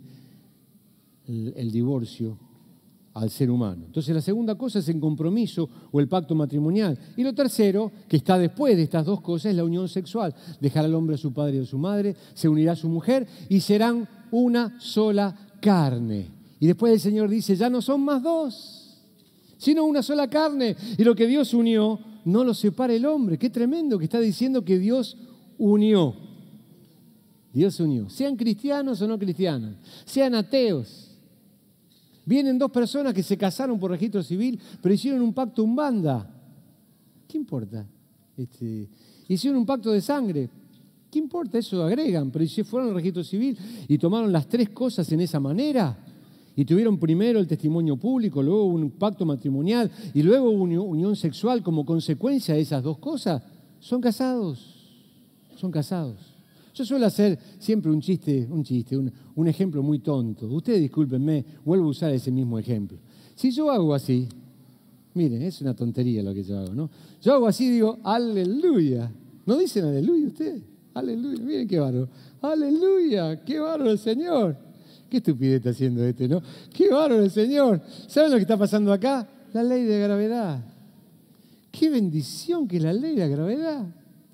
el, el divorcio al ser humano. Entonces la segunda cosa es el compromiso o el pacto matrimonial. Y lo tercero, que está después de estas dos cosas, es la unión sexual. Dejar al hombre a su padre y a su madre, se unirá a su mujer y serán una sola carne. Y después el Señor dice, ya no son más dos, sino una sola carne. Y lo que Dios unió, no lo separa el hombre. Qué tremendo que está diciendo que Dios unió. Dios unió. Sean cristianos o no cristianos, sean ateos. Vienen dos personas que se casaron por registro civil, pero hicieron un pacto umbanda. ¿Qué importa? Este, hicieron un pacto de sangre. ¿Qué importa? Eso agregan, pero si fueron al registro civil y tomaron las tres cosas en esa manera, y tuvieron primero el testimonio público, luego un pacto matrimonial y luego una unión sexual como consecuencia de esas dos cosas, son casados. Son casados. Yo suelo hacer siempre un chiste, un chiste, un, un ejemplo muy tonto. Ustedes discúlpenme, vuelvo a usar ese mismo ejemplo. Si yo hago así, miren, es una tontería lo que yo hago, ¿no? Yo hago así y digo, aleluya. ¿No dicen aleluya ustedes? Aleluya, miren qué bárbaro. Aleluya, qué bárbaro el Señor. Qué estupidez está haciendo este, ¿no? Qué bárbaro el Señor. ¿Saben lo que está pasando acá? La ley de gravedad. Qué bendición que es la ley de la gravedad.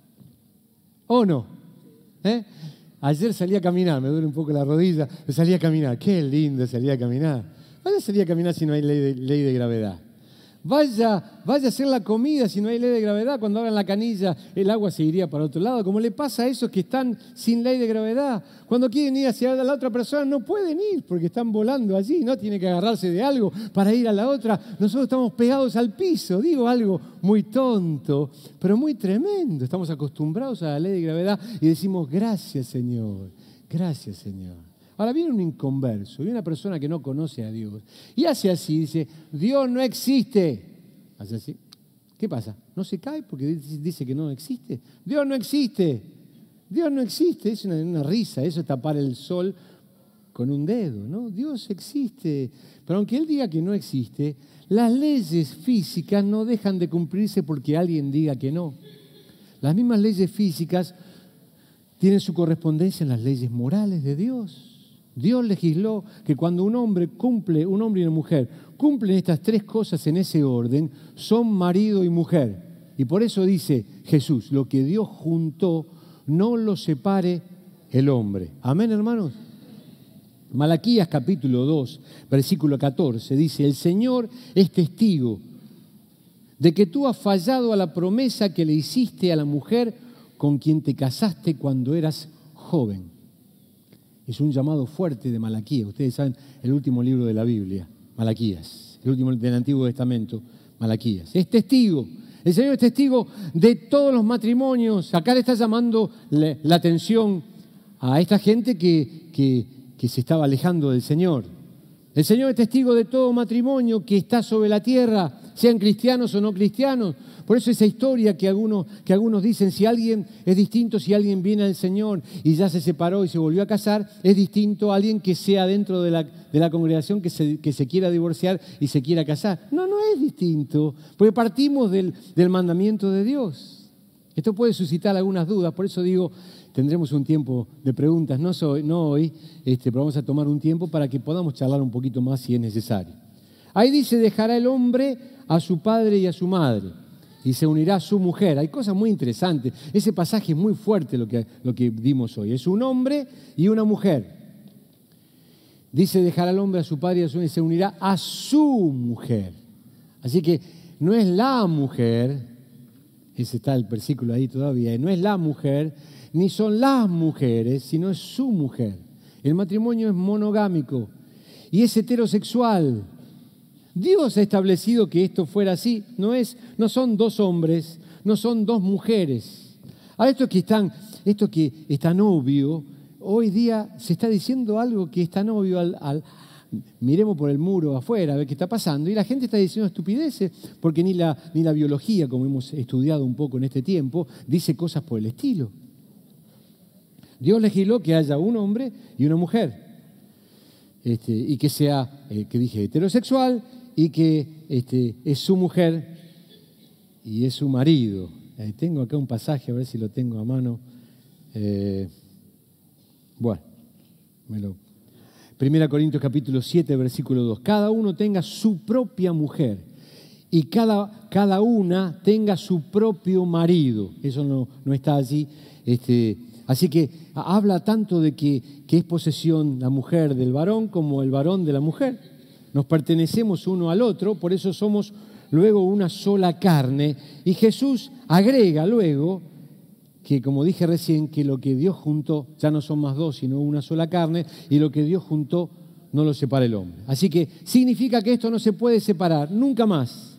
¿O no? ¿Eh? Ayer salí a caminar, me duele un poco la rodilla, pero salí a caminar. Qué lindo salir a caminar. Vaya a salir a caminar si no hay ley de, ley de gravedad. Vaya, vaya a hacer la comida si no hay ley de gravedad. Cuando abran la canilla, el agua se iría para otro lado. Como le pasa a esos que están sin ley de gravedad. Cuando quieren ir hacia la otra persona, no pueden ir porque están volando allí. No tienen que agarrarse de algo para ir a la otra. Nosotros estamos pegados al piso. Digo algo muy tonto, pero muy tremendo. Estamos acostumbrados a la ley de gravedad y decimos, gracias, Señor. Gracias, Señor. Ahora viene un inconverso, viene una persona que no conoce a Dios y hace así, dice, Dios no existe. Hace así. ¿Qué pasa? ¿No se cae porque dice que no existe? Dios no existe. Dios no existe. Es una, una risa, eso es tapar el sol con un dedo, ¿no? Dios existe. Pero aunque Él diga que no existe, las leyes físicas no dejan de cumplirse porque alguien diga que no. Las mismas leyes físicas tienen su correspondencia en las leyes morales de Dios. Dios legisló que cuando un hombre cumple, un hombre y una mujer, cumplen estas tres cosas en ese orden, son marido y mujer. Y por eso dice Jesús, lo que Dios juntó, no lo separe el hombre. Amén, hermanos. Malaquías capítulo dos, versículo catorce, dice, el Señor es testigo de que tú has fallado a la promesa que le hiciste a la mujer con quien te casaste cuando eras joven. Es un llamado fuerte de Malaquías. Ustedes saben, el último libro de la Biblia, Malaquías, el último del Antiguo Testamento, Malaquías. Es testigo. El Señor es testigo de todos los matrimonios. Acá le está llamando la, la atención a esta gente que, que, que se estaba alejando del Señor. El Señor es testigo de todo matrimonio que está sobre la tierra, sean cristianos o no cristianos. Por eso esa historia que algunos, que algunos dicen, si alguien es distinto, si alguien viene al Señor y ya se separó y se volvió a casar, es distinto a alguien que sea dentro de la, de la congregación que se, que se quiera divorciar y se quiera casar. No, no es distinto, porque partimos del, del mandamiento de Dios. Esto puede suscitar algunas dudas, por eso digo, tendremos un tiempo de preguntas, no, soy, no hoy, este, pero vamos a tomar un tiempo para que podamos charlar un poquito más si es necesario. Ahí dice, dejará el hombre a su padre y a su madre, y se unirá a su mujer. Hay cosas muy interesantes. Ese pasaje es muy fuerte lo que, lo que vimos hoy. Es un hombre y una mujer. Dice, dejará al hombre a su padre y a su mujer, y se unirá a su mujer. Así que no es la mujer, ese está el versículo ahí todavía, no es la mujer, ni son las mujeres, sino es su mujer. El matrimonio es monogámico y es heterosexual. Dios ha establecido que esto fuera así. No es, no son dos hombres, no son dos mujeres. Ahora, esto que, están, esto que es tan obvio, hoy día se está diciendo algo que es tan obvio. Al, al, miremos por el muro afuera a ver qué está pasando. Y la gente está diciendo estupideces porque ni la, ni la biología, como hemos estudiado un poco en este tiempo, dice cosas por el estilo. Dios legisló que haya un hombre y una mujer. Este, y que sea, eh, que dije, heterosexual, y que este, es su mujer y es su marido. Eh, tengo acá un pasaje, a ver si lo tengo a mano. Eh, bueno, me lo... Primera Corintios capítulo siete, versículo dos. Cada uno tenga su propia mujer y cada, cada una tenga su propio marido. Eso no, no está allí. Este, así que habla tanto de que, que es posesión la mujer del varón como el varón de la mujer. Nos pertenecemos uno al otro, por eso somos luego una sola carne. Y Jesús agrega luego que, como dije recién, que lo que Dios juntó ya no son más dos, sino una sola carne, y lo que Dios juntó no lo separa el hombre. Así que significa que esto no se puede separar nunca más,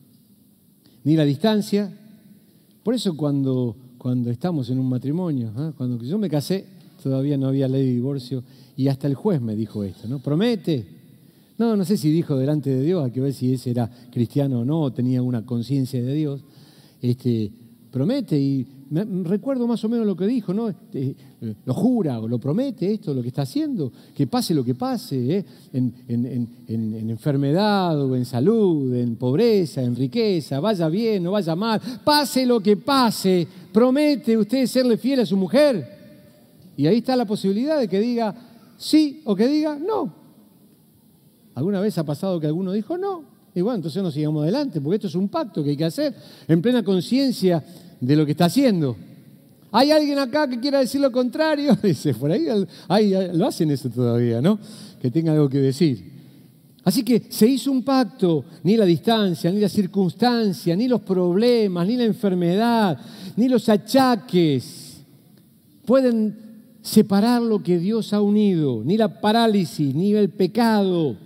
ni la distancia. Por eso cuando, cuando estamos en un matrimonio, ¿eh? Cuando yo me casé, todavía no había ley de divorcio, y hasta el juez me dijo esto, ¿no? Promete. No, no sé si dijo delante de Dios, hay que ver si ese era cristiano o no, o tenía una conciencia de Dios. Este, promete, y me, recuerdo más o menos lo que dijo, ¿no? Este, lo jura o lo promete esto, lo que está haciendo, que pase lo que pase, ¿eh? en, en, en, en, en enfermedad o en salud, en pobreza, en riqueza, vaya bien o vaya mal, pase lo que pase, promete usted serle fiel a su mujer. Y ahí está la posibilidad de que diga sí o que diga no. ¿Alguna vez ha pasado que alguno dijo no? Y bueno, entonces no sigamos adelante, porque esto es un pacto que hay que hacer en plena conciencia de lo que está haciendo. ¿Hay alguien acá que quiera decir lo contrario? Dice, por ahí, ahí lo hacen eso todavía, ¿no? Que tenga algo que decir. Así que se hizo un pacto, ni la distancia, ni la circunstancia, ni los problemas, ni la enfermedad, ni los achaques pueden separar lo que Dios ha unido, ni la parálisis, ni el pecado.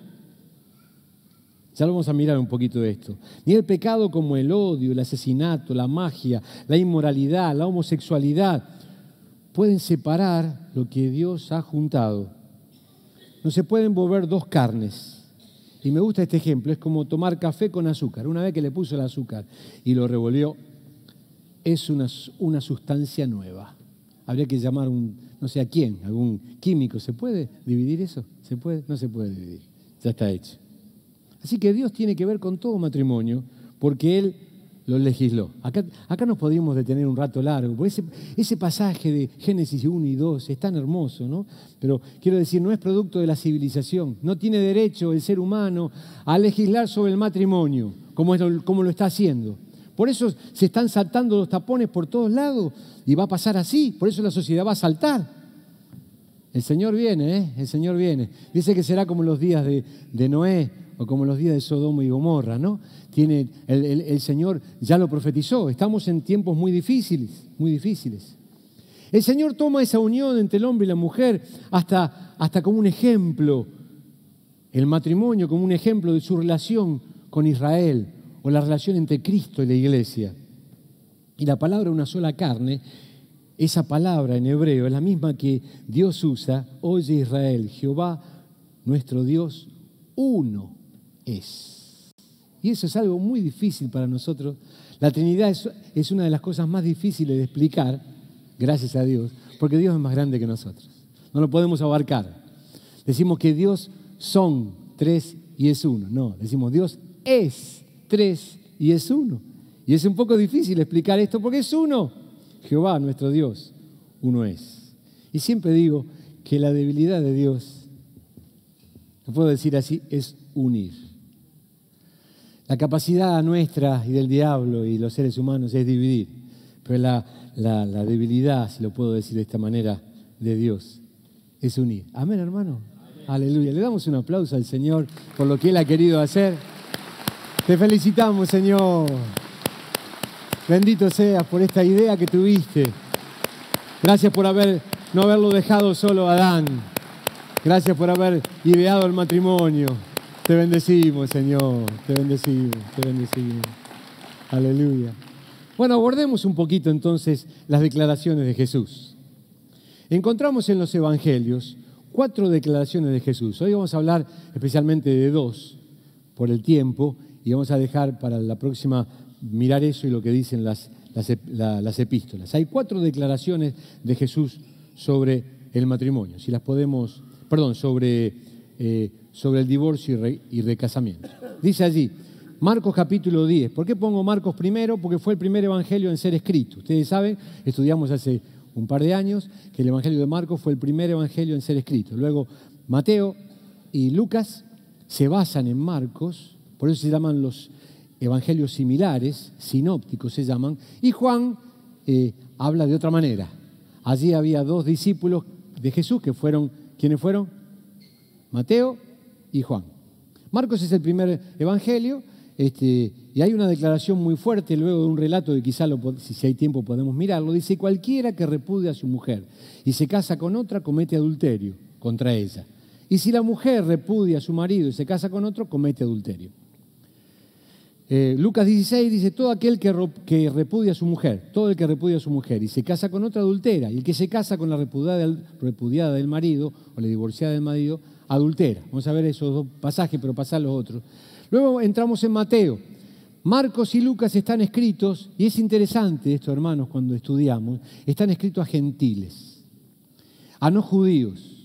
Ya lo vamos a mirar un poquito de esto. Ni el pecado como el odio, el asesinato, la magia, la inmoralidad, la homosexualidad, pueden separar lo que Dios ha juntado. No se pueden volver dos carnes. Y me gusta este ejemplo, es como tomar café con azúcar. Una vez que le puso el azúcar y lo revolvió, es una, una sustancia nueva. Habría que llamar un, no sé a quién, algún químico. ¿Se puede dividir eso? ¿Se puede? No se puede dividir. Ya está hecho. Así que Dios tiene que ver con todo matrimonio porque Él lo legisló. Acá, acá nos podríamos detener un rato largo, porque ese, ese pasaje de Génesis uno y dos es tan hermoso, ¿no? Pero quiero decir, no es producto de la civilización. No tiene derecho el ser humano a legislar sobre el matrimonio como, es lo, como lo está haciendo. Por eso se están saltando los tapones por todos lados y va a pasar así. Por eso la sociedad va a saltar. El Señor viene, ¿eh? El Señor viene. Dice que será como los días de, de Noé, o como los días de Sodoma y Gomorra, ¿no? Tiene, el, el, el Señor ya lo profetizó. Estamos en tiempos muy difíciles, muy difíciles. El Señor toma esa unión entre el hombre y la mujer hasta, hasta como un ejemplo, el matrimonio como un ejemplo de su relación con Israel, o la relación entre Cristo y la iglesia. Y la palabra una sola carne, esa palabra en hebreo es la misma que Dios usa, oye Israel, Jehová, nuestro Dios, uno es. Y eso es algo muy difícil para nosotros. La Trinidad es, es una de las cosas más difíciles de explicar, gracias a Dios, porque Dios es más grande que nosotros. No lo podemos abarcar. Decimos que Dios son tres y es uno. No, decimos Dios es tres y es uno. Y es un poco difícil explicar esto porque es uno. Jehová, nuestro Dios, uno es. Y siempre digo que la debilidad de Dios, lo puedo decir así, es unir. La capacidad nuestra y del diablo y los seres humanos es dividir, pero la, la, la debilidad, si lo puedo decir de esta manera, de Dios es unir. Amén, hermano. Amén. Aleluya. Le damos un aplauso al Señor por lo que Él ha querido hacer. Te felicitamos, Señor. Bendito seas por esta idea que tuviste. Gracias por haber, no haberlo dejado solo a Adán. Gracias por haber ideado el matrimonio. Te bendecimos, Señor. Te bendecimos, te bendecimos. Aleluya. Bueno, abordemos un poquito entonces las declaraciones de Jesús. Encontramos en los evangelios cuatro declaraciones de Jesús. Hoy vamos a hablar especialmente de dos por el tiempo y vamos a dejar para la próxima mirar eso y lo que dicen las, las, la, las epístolas. Hay cuatro declaraciones de Jesús sobre el matrimonio. Si las podemos, perdón, sobre, eh, sobre el divorcio y, re, y recasamiento. Dice allí, Marcos capítulo diez. ¿Por qué pongo Marcos primero? Porque fue el primer evangelio en ser escrito. Ustedes saben, estudiamos hace un par de años que el evangelio de Marcos fue el primer evangelio en ser escrito. Luego Mateo y Lucas se basan en Marcos, por eso se llaman los evangelios similares, sinópticos se llaman, y Juan eh, habla de otra manera. Allí había dos discípulos de Jesús que fueron, ¿quiénes fueron? Mateo y Juan. Marcos es el primer evangelio, este, y hay una declaración muy fuerte luego de un relato que quizá, lo, si hay tiempo podemos mirarlo, dice, cualquiera que repudia a su mujer y se casa con otra comete adulterio contra ella. Y si la mujer repudia a su marido y se casa con otro, comete adulterio. Eh, Lucas dieciséis dice, todo aquel que, que repudia a su mujer, todo el que repudia a su mujer y se casa con otra adultera, y el que se casa con la repudiada del, repudiada del marido o la divorciada del marido, adultera. Vamos a ver esos dos pasajes, pero pasar los otros. Luego entramos en Mateo. Marcos y Lucas están escritos, y es interesante esto, hermanos, cuando estudiamos, están escritos a gentiles, a no judíos.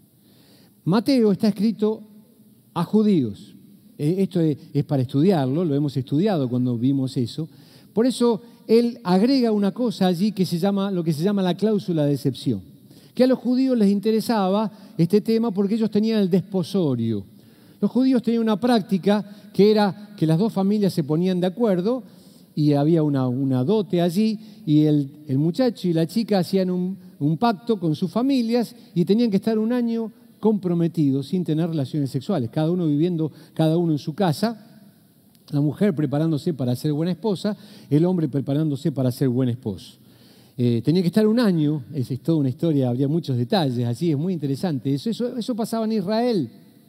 Mateo está escrito a judíos. Esto es para estudiarlo, lo hemos estudiado cuando vimos eso. Por eso él agrega una cosa allí que se llama, lo que se llama la cláusula de excepción. Que a los judíos les interesaba este tema porque ellos tenían el desposorio. Los judíos tenían una práctica que era que las dos familias se ponían de acuerdo y había una, una dote allí y el, el muchacho y la chica hacían un, un pacto con sus familias y tenían que estar un año comprometidos sin tener relaciones sexuales, cada uno viviendo, cada uno en su casa, la mujer preparándose para ser buena esposa, el hombre preparándose para ser buen esposo. Eh, tenía que estar un año, esa es toda una historia, habría muchos detalles, así es muy interesante, eso, eso, eso pasaba en Israel.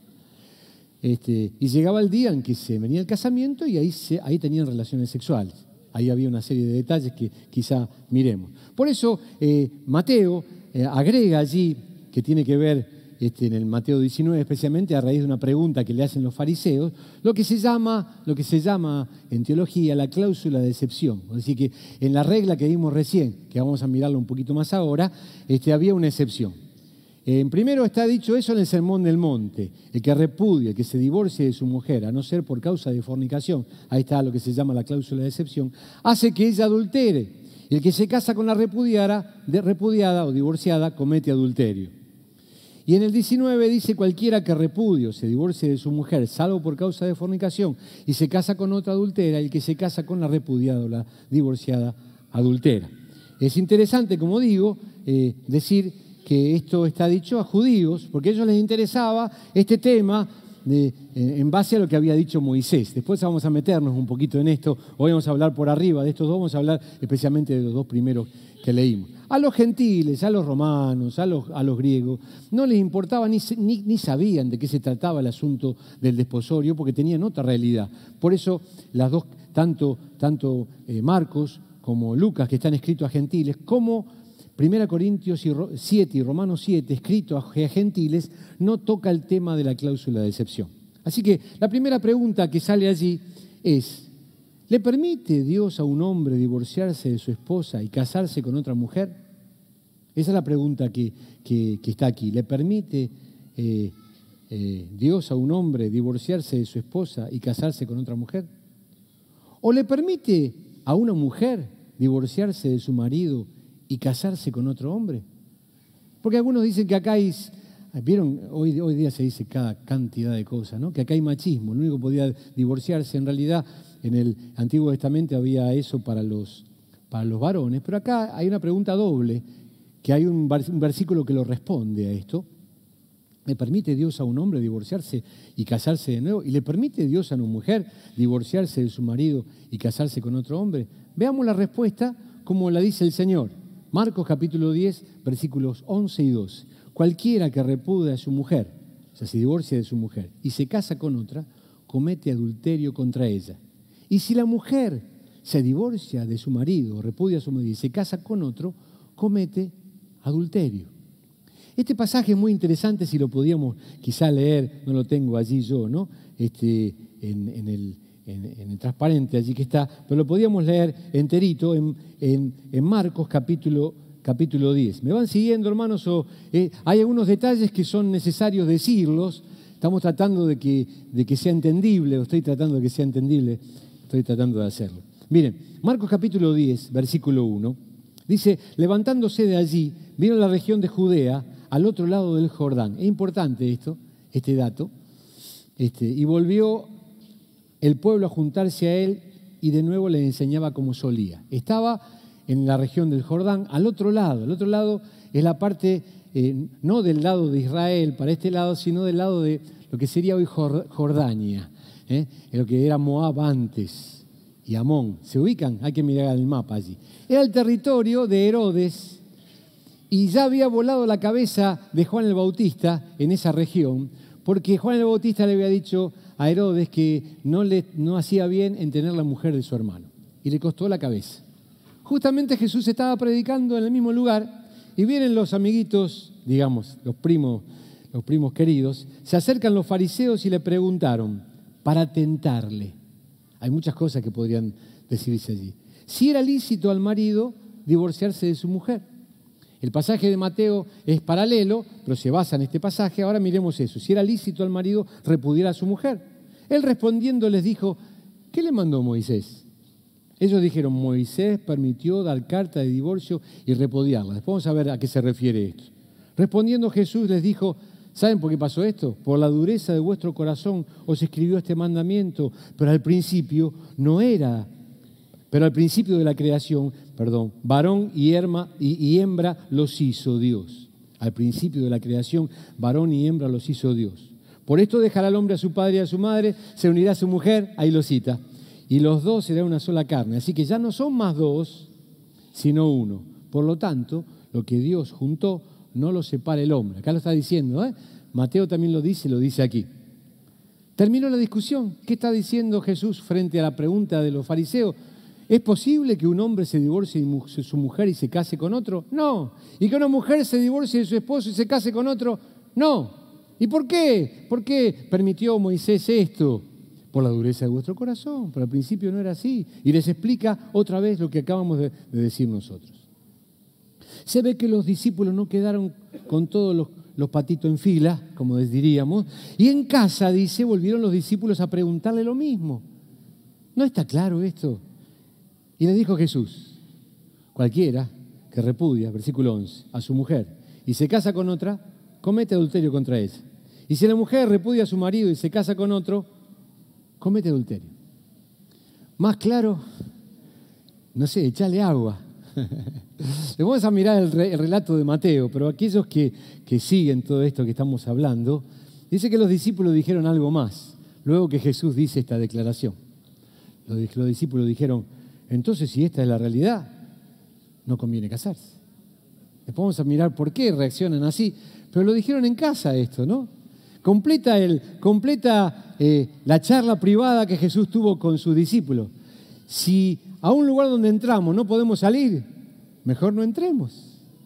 Este, y llegaba el día en que se venía el casamiento y ahí, se, ahí tenían relaciones sexuales. Ahí había una serie de detalles que quizá miremos. Por eso eh, Mateo eh, agrega allí, que tiene que ver Este, en el Mateo diecinueve, especialmente a raíz de una pregunta que le hacen los fariseos, lo que se llama, lo que se llama en teología la cláusula de excepción. Es decir, que en la regla que vimos recién, que vamos a mirarlo un poquito más ahora, este, había una excepción. En primero está dicho eso en el Sermón del Monte, el que repudia, el que se divorcie de su mujer, a no ser por causa de fornicación, ahí está lo que se llama la cláusula de excepción, hace que ella adultere. Y el que se casa con la repudiada, de repudiada o divorciada comete adulterio. Y en el diecinueve dice, cualquiera que repudie o se divorcie de su mujer, salvo por causa de fornicación, y se casa con otra adultera, y el que se casa con la repudiada o la divorciada adultera. Es interesante, como digo, eh, decir que esto está dicho a judíos, porque a ellos les interesaba este tema de, eh, en base a lo que había dicho Moisés. Después vamos a meternos un poquito en esto, hoy vamos a hablar por arriba de estos dos, vamos a hablar especialmente de los dos primeros que leímos. A los gentiles, a los romanos, a los, a los griegos, no les importaba ni, ni, ni sabían de qué se trataba el asunto del desposorio porque tenían otra realidad. Por eso las dos, tanto, tanto eh, Marcos como Lucas, que están escritos a gentiles, como primera Corintios siete y Romanos siete, escrito a gentiles, no toca el tema de la cláusula de excepción. Así que la primera pregunta que sale allí es, ¿le permite Dios a un hombre divorciarse de su esposa y casarse con otra mujer? Esa es la pregunta que, que, que está aquí. ¿Le permite eh, eh, Dios a un hombre divorciarse de su esposa y casarse con otra mujer? ¿O le permite a una mujer divorciarse de su marido y casarse con otro hombre? Porque algunos dicen que acá hay, Vieron, hoy, hoy día se dice cada cantidad de cosas, ¿no? Que acá hay machismo, lo único que podía divorciarse, en realidad en el Antiguo Testamento había eso para los, para los varones, pero acá hay una pregunta doble, que hay un, un versículo que lo responde a esto. ¿Le permite Dios a un hombre divorciarse y casarse de nuevo? ¿Y le permite Dios a una mujer divorciarse de su marido y casarse con otro hombre? Veamos la respuesta como la dice el Señor. Marcos capítulo diez, versículos once y doce. Cualquiera que repudia a su mujer, o sea, se divorcia de su mujer y se casa con otra, comete adulterio contra ella. Y si la mujer se divorcia de su marido, repudia a su marido y se casa con otro, comete adulterio. Este pasaje es muy interesante, si lo podíamos quizá leer, no lo tengo allí yo, ¿no? Este, en, en, el, en, en el transparente allí que está, pero lo podíamos leer enterito en, en, en Marcos capítulo, capítulo diez. ¿Me van siguiendo, hermanos? O, eh, hay algunos detalles que son necesarios decirlos. Estamos tratando de que, de que sea entendible, o estoy tratando de que sea entendible, estoy tratando de hacerlo. Miren, Marcos capítulo diez, versículo uno, dice, levantándose de allí, vino a la región de Judea, al otro lado del Jordán. Es importante esto, este dato. Este, y volvió el pueblo a juntarse a él y de nuevo le enseñaba como solía. Estaba en la región del Jordán, al otro lado. El otro lado es la parte, eh, no del lado de Israel, para este lado, sino del lado de lo que sería hoy Jordania, ¿eh? lo que era Moab antes y Amón. ¿Se ubican? Hay que mirar el mapa allí. Era el territorio de Herodes. Y ya había volado la cabeza de Juan el Bautista en esa región, porque Juan el Bautista le había dicho a Herodes que no, le, no hacía bien en tener la mujer de su hermano. Y le costó la cabeza. Justamente Jesús estaba predicando en el mismo lugar y vienen los amiguitos, digamos, los primos, los primos queridos, se acercan los fariseos y le preguntaron, para tentarle, hay muchas cosas que podrían decirse allí, si era lícito al marido divorciarse de su mujer. El pasaje de Mateo es paralelo, pero se basa en este pasaje. Ahora miremos eso. Si era lícito al marido repudiar a su mujer. Él respondiendo les dijo, ¿qué le mandó Moisés? Ellos dijeron, Moisés permitió dar carta de divorcio y repudiarla. Después vamos a ver a qué se refiere esto. Respondiendo Jesús les dijo, ¿saben por qué pasó esto? Por la dureza de vuestro corazón os escribió este mandamiento, pero al principio no era... Pero al principio de la creación, perdón, varón y, herma, y, y hembra los hizo Dios. Al principio de la creación, varón y hembra los hizo Dios. Por esto dejará el hombre a su padre y a su madre, se unirá a su mujer, ahí lo cita, y los dos serán una sola carne. Así que ya no son más dos, sino uno. Por lo tanto, lo que Dios juntó, no lo separa el hombre. Acá lo está diciendo, ¿eh? Mateo también lo dice, lo dice aquí. Terminó la discusión. ¿Qué está diciendo Jesús frente a la pregunta de los fariseos? ¿Es posible que un hombre se divorcie de su mujer y se case con otro? No. ¿Y que una mujer se divorcie de su esposo y se case con otro? No. ¿Y por qué? ¿Por qué permitió Moisés esto? Por la dureza de vuestro corazón. Pero al principio no era así. Y les explica otra vez lo que acabamos de, de decir nosotros. Se ve que los discípulos no quedaron con todos los, los patitos en fila, como les diríamos. Y en casa, dice, volvieron los discípulos a preguntarle lo mismo. ¿No está claro esto? Y le dijo Jesús, cualquiera que repudia, versículo once, a su mujer y se casa con otra, comete adulterio contra ella. Y si la mujer repudia a su marido y se casa con otro, comete adulterio. Más claro, no sé, echale agua. Le vamos a mirar el, re, el relato de Mateo, pero aquellos que, que siguen todo esto que estamos hablando, dice que los discípulos dijeron algo más, luego que Jesús dice esta declaración. Los, los discípulos dijeron, entonces, si esta es la realidad, no conviene casarse. Después vamos a mirar por qué reaccionan así. Pero lo dijeron en casa esto, ¿no? Completa, el, completa eh, la charla privada que Jesús tuvo con sus discípulos. Si a un lugar donde entramos no podemos salir, mejor no entremos.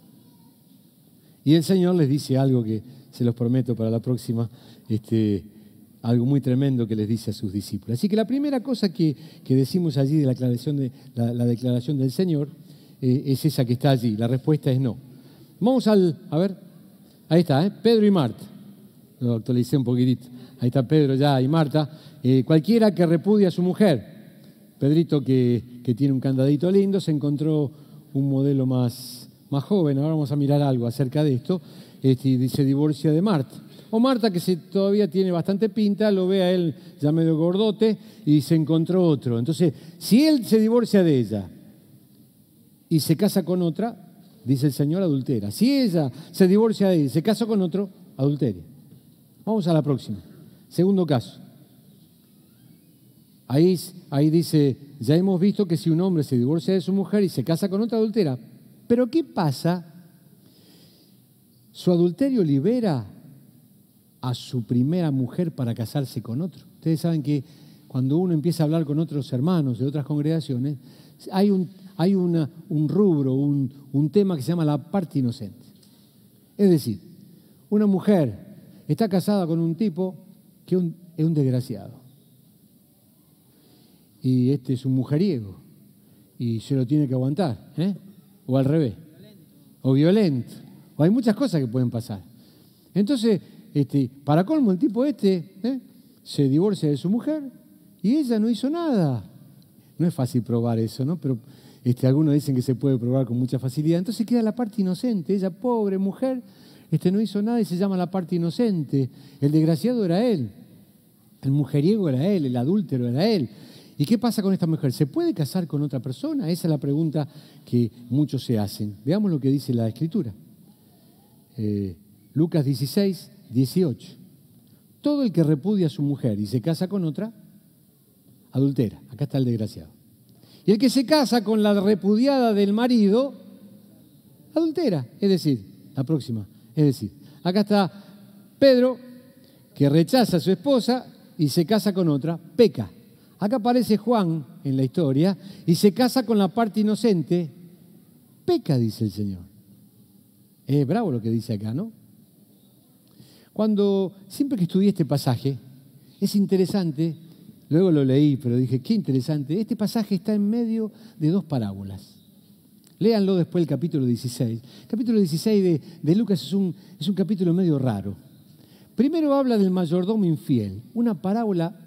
Y el Señor les dice algo que se los prometo para la próxima, este, algo muy tremendo que les dice a sus discípulos. Así que la primera cosa que, que decimos allí de la declaración, de, la, la declaración del Señor eh, es esa que está allí. La respuesta es no. Vamos al, a ver, ahí está, ¿eh? Pedro y Marta. Lo actualicé un poquitito. Ahí está Pedro ya y Marta. Eh, cualquiera que repudie a su mujer. Pedrito que, que tiene un candadito lindo, se encontró un modelo más, más joven. Ahora vamos a mirar algo acerca de esto. este, y se divorcia de Marta. O Marta, que se, todavía tiene bastante pinta, lo ve a él ya medio gordote y se encontró otro. Entonces, si él se divorcia de ella y se casa con otra, dice el Señor, adultera. Si ella se divorcia de él y se casa con otro, adulteria. Vamos a la próxima. Segundo caso. Ahí, ahí dice, ya hemos visto que si un hombre se divorcia de su mujer y se casa con otra, adultera. Pero ¿qué pasa? Su adulterio libera a su primera mujer para casarse con otro. Ustedes saben que cuando uno empieza a hablar con otros hermanos de otras congregaciones, hay un, hay una, un rubro, un, un tema que se llama la parte inocente. Es decir, una mujer está casada con un tipo que un, es un desgraciado. Y este es un mujeriego. Y se lo tiene que aguantar. ¿eh? O al revés. O violento. O hay muchas cosas que pueden pasar. Entonces, este, para colmo, el tipo este ¿eh? se divorcia de su mujer y ella no hizo nada. No es fácil probar eso, ¿no? Pero este, algunos dicen que se puede probar con mucha facilidad. Entonces queda la parte inocente. Ella, pobre mujer, este, no hizo nada y se llama la parte inocente. El desgraciado era él. El mujeriego era él. El adúltero era él. ¿Y qué pasa con esta mujer? ¿Se puede casar con otra persona? Esa es la pregunta que muchos se hacen. Veamos lo que dice la Escritura. Eh, Lucas dieciséis, dieciocho. Todo el que repudia a su mujer y se casa con otra, adultera. Acá está el desgraciado. Y el que se casa con la repudiada del marido, adultera. Es decir, la próxima. Es decir, acá está Pedro, que rechaza a su esposa y se casa con otra, peca. Acá aparece Juan en la historia y se casa con la parte inocente, peca, dice el Señor. Es bravo lo que dice acá, ¿no? Cuando, siempre que estudié este pasaje, es interesante, luego lo leí, pero dije, qué interesante, este pasaje está en medio de dos parábolas. Léanlo después el capítulo dieciséis. El capítulo dieciséis de, de Lucas es un, es un capítulo medio raro. Primero habla del mayordomo infiel, una parábola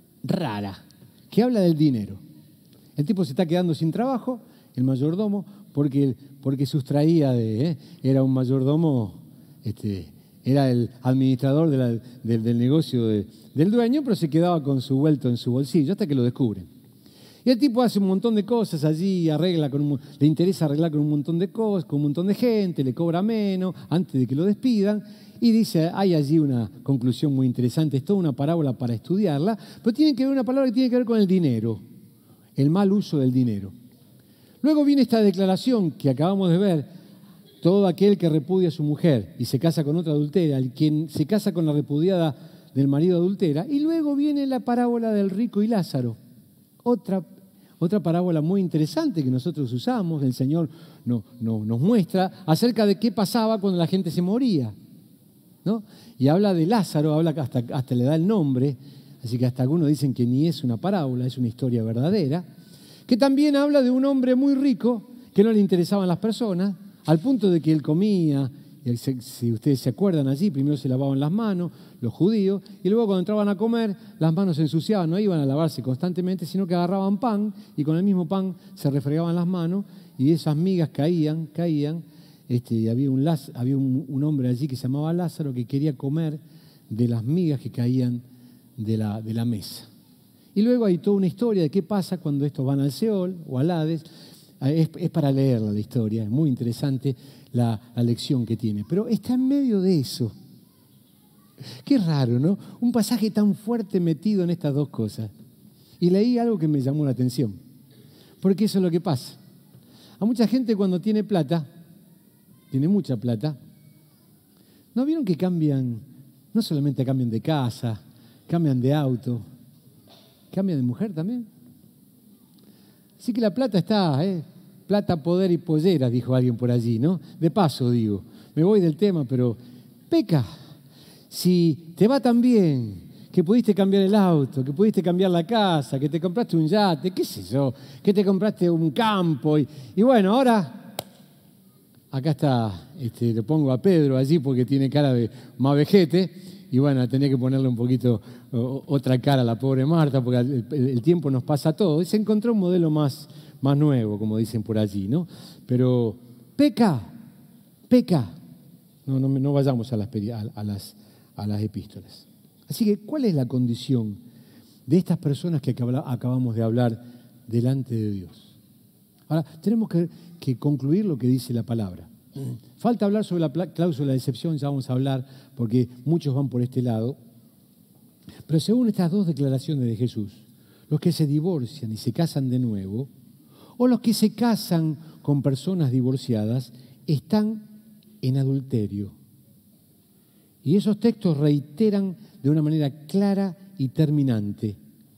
rara, que habla del dinero. El tipo se está quedando sin trabajo, el mayordomo, porque, porque sustraía de... ¿eh? Era un mayordomo, este, era el administrador de la, de, del negocio de, del dueño, pero se quedaba con su vuelto en su bolsillo hasta que lo descubren. Y el tipo hace un montón de cosas allí, arregla con un, le interesa arreglar con un montón de cosas, con un montón de gente, le cobra menos antes de que lo despidan. Y dice, hay allí una conclusión muy interesante, es toda una parábola para estudiarla, pero tiene que ver una palabra que tiene que ver con el dinero, el mal uso del dinero. Luego viene esta declaración que acabamos de ver, todo aquel que repudia a su mujer y se casa con otra adultera, el quien se casa con la repudiada del marido adultera, y luego viene la parábola del rico y Lázaro, otra, otra parábola muy interesante que nosotros usamos, el Señor no, no, nos muestra acerca de qué pasaba cuando la gente se moría. ¿No? Y habla de Lázaro, habla hasta, hasta le da el nombre, así que hasta algunos dicen que ni es una parábola, es una historia verdadera, que también habla de un hombre muy rico que no le interesaban las personas, al punto de que él comía, y si ustedes se acuerdan allí, primero se lavaban las manos, los judíos, y luego cuando entraban a comer, las manos se ensuciaban, no iban a lavarse constantemente, sino que agarraban pan, y con el mismo pan se refregaban las manos, y esas migas caían, caían, Este, había, un, había un, un hombre allí que se llamaba Lázaro que quería comer de las migas que caían de la, de la mesa. Y luego hay toda una historia de qué pasa cuando estos van al Seol o al Hades. Es, es para leerla la historia, es muy interesante la, la lección que tiene. Pero está en medio de eso. Qué raro, ¿no? Un pasaje tan fuerte metido en estas dos cosas. Y leí algo que me llamó la atención. Porque eso es lo que pasa. A mucha gente cuando tiene plata, tiene mucha plata, ¿no vieron que cambian, no solamente cambian de casa, cambian de auto, cambian de mujer también? Así que la plata está, ¿eh? Plata, poder y pollera, dijo alguien por allí, ¿no? De paso digo, me voy del tema, pero peca. Si te va tan bien que pudiste cambiar el auto, que pudiste cambiar la casa, que te compraste un yate, qué sé yo, que te compraste un campo, y, y bueno, ahora... Acá está, este, le pongo a Pedro allí porque tiene cara de más vejete y bueno, tenía que ponerle un poquito o, otra cara a la pobre Marta porque el, el, el tiempo nos pasa a todos. Y se encontró un modelo más, más nuevo, como dicen por allí, ¿no? Pero peca, peca. No, no, no vayamos a las, a, las, a las epístolas. Así que, ¿cuál es la condición de estas personas que acabamos de hablar delante de Dios? Ahora, tenemos que, que concluir lo que dice la palabra. Falta hablar sobre la cláusula de excepción, ya vamos a hablar, porque muchos van por este lado. Pero según estas dos declaraciones de Jesús, los que se divorcian y se casan de nuevo, o los que se casan con personas divorciadas, están en adulterio. Y esos textos reiteran de una manera clara y terminante.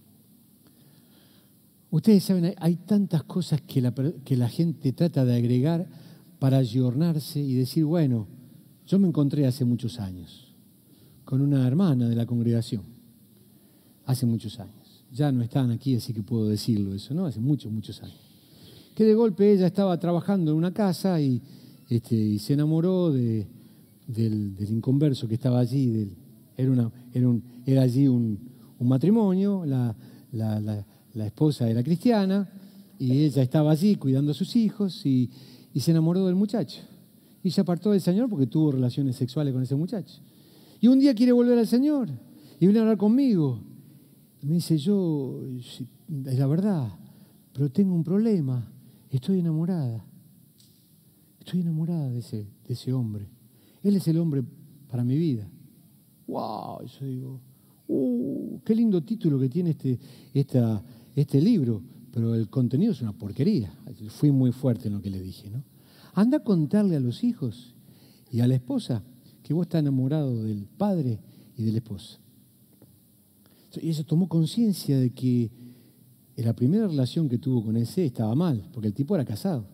Ustedes saben, hay tantas cosas que la, que la gente trata de agregar para ayornarse y decir, bueno, yo me encontré hace muchos años con una hermana de la congregación, hace muchos años. Ya no están aquí, así que puedo decirlo eso, ¿no? Hace muchos, muchos años. Que de golpe ella estaba trabajando en una casa y, este, y se enamoró de, del, del inconverso que estaba allí. Del, era, una, era, un, era allí un, un matrimonio, la, la, la, la esposa era cristiana y ella estaba allí cuidando a sus hijos y, y se enamoró del muchacho. Y se apartó del Señor porque tuvo relaciones sexuales con ese muchacho. Y un día quiere volver al Señor y viene a hablar conmigo. Me dice, yo, es la verdad, pero tengo un problema. Estoy enamorada. Estoy enamorada de ese, de ese hombre. Él es el hombre para mi vida. ¡Wow! Yo digo, ¡uh! ¡Qué lindo título que tiene este, esta, este libro! Pero el contenido es una porquería. Fui muy fuerte en lo que le dije, ¿no? Anda a contarle a los hijos y a la esposa que vos estás enamorado del padre y de la esposa. Y ella tomó conciencia de que en la primera relación que tuvo con ese estaba mal, porque el tipo era casado.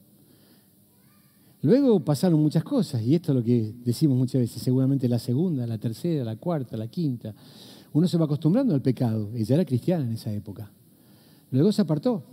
Luego pasaron muchas cosas, y esto es lo que decimos muchas veces, seguramente la segunda, la tercera, la cuarta, la quinta. Uno se va acostumbrando al pecado. Ella era cristiana en esa época. Luego se apartó.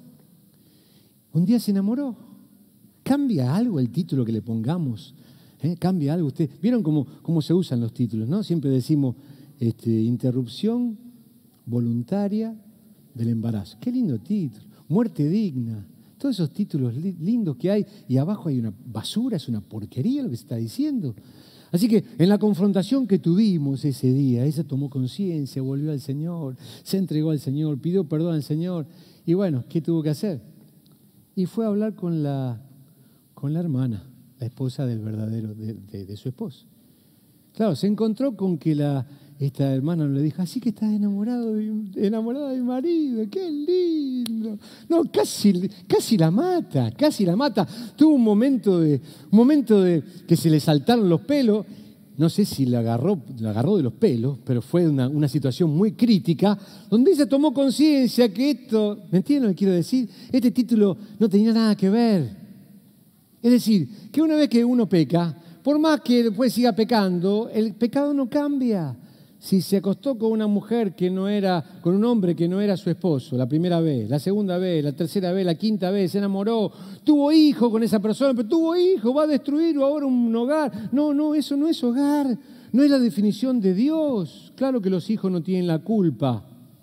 Un día se enamoró. ¿Cambia algo el título que le pongamos? ¿Eh? ¿Cambia algo? Usted, ¿vieron cómo, cómo se usan los títulos, no? Siempre decimos este, interrupción voluntaria del embarazo. Qué lindo título. Muerte digna. Todos esos títulos li- lindos que hay. Y abajo hay una basura, es una porquería lo que se está diciendo. Así que en la confrontación que tuvimos ese día, ella tomó conciencia, volvió al Señor, se entregó al Señor, pidió perdón al Señor. Y bueno, ¿qué tuvo que hacer? Y fue a hablar con la, con la hermana, la esposa del verdadero, de, de, de su esposo. Claro, se encontró con que la, esta hermana le dijo, así que estás enamorado de, enamorada de mi marido, qué lindo. No, casi, casi la mata, casi la mata. Tuvo un momento de, un momento de que se le saltaron los pelos. No sé si la agarró, la agarró de los pelos, pero fue una, una situación muy crítica, donde ella tomó conciencia que esto, ¿me entienden lo que quiero decir? Este título no tenía nada que ver. Es decir, que una vez que uno peca, por más que después siga pecando, el pecado no cambia. Si se acostó con una mujer que no era, con un hombre que no era su esposo, la primera vez, la segunda vez, la tercera vez, la quinta vez, se enamoró, tuvo hijo con esa persona, pero tuvo hijo, va a destruir ahora un hogar. No, no, eso no es hogar, no es la definición de Dios. Claro que los hijos no tienen la culpa.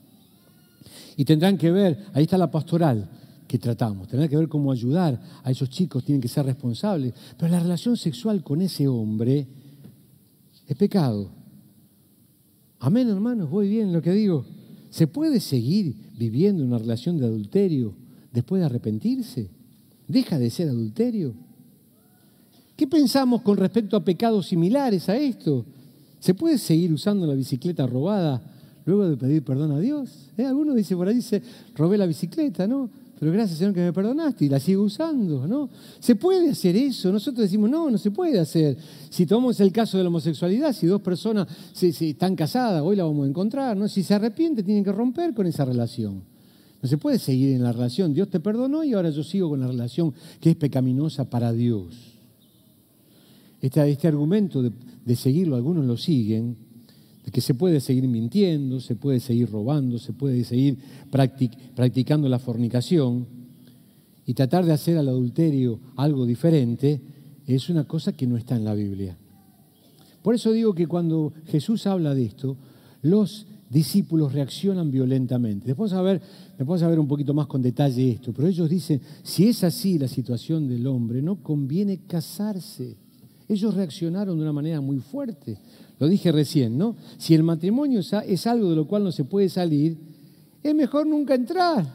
Y tendrán que ver, ahí está la pastoral que tratamos, tendrán que ver cómo ayudar a esos chicos, tienen que ser responsables. Pero la relación sexual con ese hombre es pecado. Amén, hermanos, voy bien en lo que digo. ¿Se puede seguir viviendo una relación de adulterio después de arrepentirse? ¿Deja de ser adulterio? ¿Qué pensamos con respecto a pecados similares a esto? ¿Se puede seguir usando la bicicleta robada luego de pedir perdón a Dios? ¿Eh? Algunos dicen por ahí, dice, robé la bicicleta, ¿no? Pero gracias, Señor, que me perdonaste y la sigo usando, ¿no? ¿Se puede hacer eso? Nosotros decimos, no, no se puede hacer. Si tomamos el caso de la homosexualidad, si dos personas se, se están casadas, hoy la vamos a encontrar, ¿no? Si se arrepiente, tienen que romper con esa relación. No se puede seguir en la relación. Dios te perdonó y ahora yo sigo con la relación que es pecaminosa para Dios. Este, este argumento de, de seguirlo, algunos lo siguen, de que se puede seguir mintiendo, se puede seguir robando, se puede seguir practic- practicando la fornicación y tratar de hacer al adulterio algo diferente, es una cosa que no está en la Biblia. Por eso digo que cuando Jesús habla de esto, los discípulos reaccionan violentamente. Después vamos a ver, después vamos a ver un poquito más con detalle esto, pero ellos dicen, si es así la situación del hombre, no conviene casarse. Ellos reaccionaron de una manera muy fuerte. Lo dije recién, ¿no? Si el matrimonio es algo de lo cual no se puede salir, es mejor nunca entrar.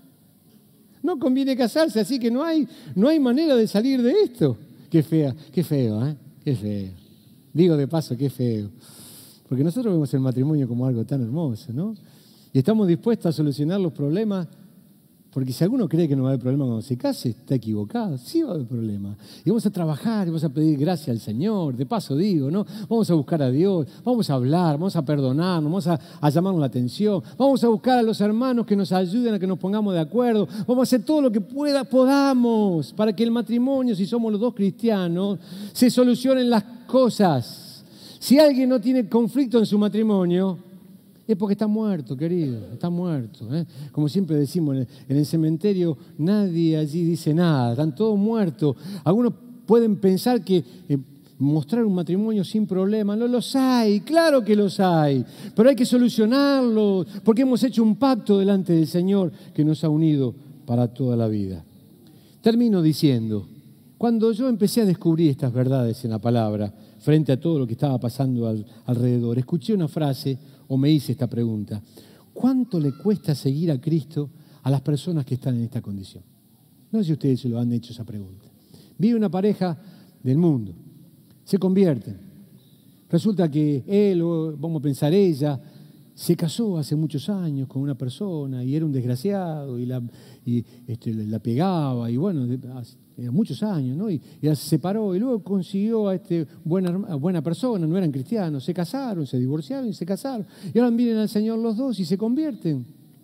No conviene casarse, así que no hay, no hay manera de salir de esto. Qué fea, qué feo, ¿eh? Qué feo. Digo de paso, qué feo. Porque nosotros vemos el matrimonio como algo tan hermoso, ¿no? Y estamos dispuestos a solucionar los problemas. Porque si alguno cree que no va a haber problema cuando se case, está equivocado. Sí va a haber problema. Y vamos a trabajar, y vamos a pedir gracia al Señor. De paso digo, ¿no? Vamos a buscar a Dios, vamos a hablar, vamos a perdonarnos, vamos a, a llamarnos la atención. Vamos a buscar a los hermanos que nos ayuden a que nos pongamos de acuerdo. Vamos a hacer todo lo que pueda, podamos, para que el matrimonio, si somos los dos cristianos, se solucionen las cosas. Si alguien no tiene conflicto en su matrimonio, es porque está muerto, querido, está muerto. ¿eh? Como siempre decimos, en el, en el cementerio nadie allí dice nada, están todos muertos. Algunos pueden pensar que eh, mostrar un matrimonio sin problema, no los hay, claro que los hay, pero hay que solucionarlos, porque hemos hecho un pacto delante del Señor que nos ha unido para toda la vida. Termino diciendo, cuando yo empecé a descubrir estas verdades en la palabra, frente a todo lo que estaba pasando al, alrededor, escuché una frase o me hice esta pregunta: ¿cuánto le cuesta seguir a Cristo a las personas que están en esta condición? No sé si ustedes se lo han hecho esa pregunta. Vive una pareja del mundo, se convierten. Resulta que él, o vamos a pensar ella, se casó hace muchos años con una persona y era un desgraciado y la, y, este, la pegaba y bueno, hace muchos años, ¿no? Y, y se separó y luego consiguió a esta buena, buena persona, no eran cristianos, se casaron, se divorciaron y se casaron. Y ahora vienen al Señor los dos y se convierten.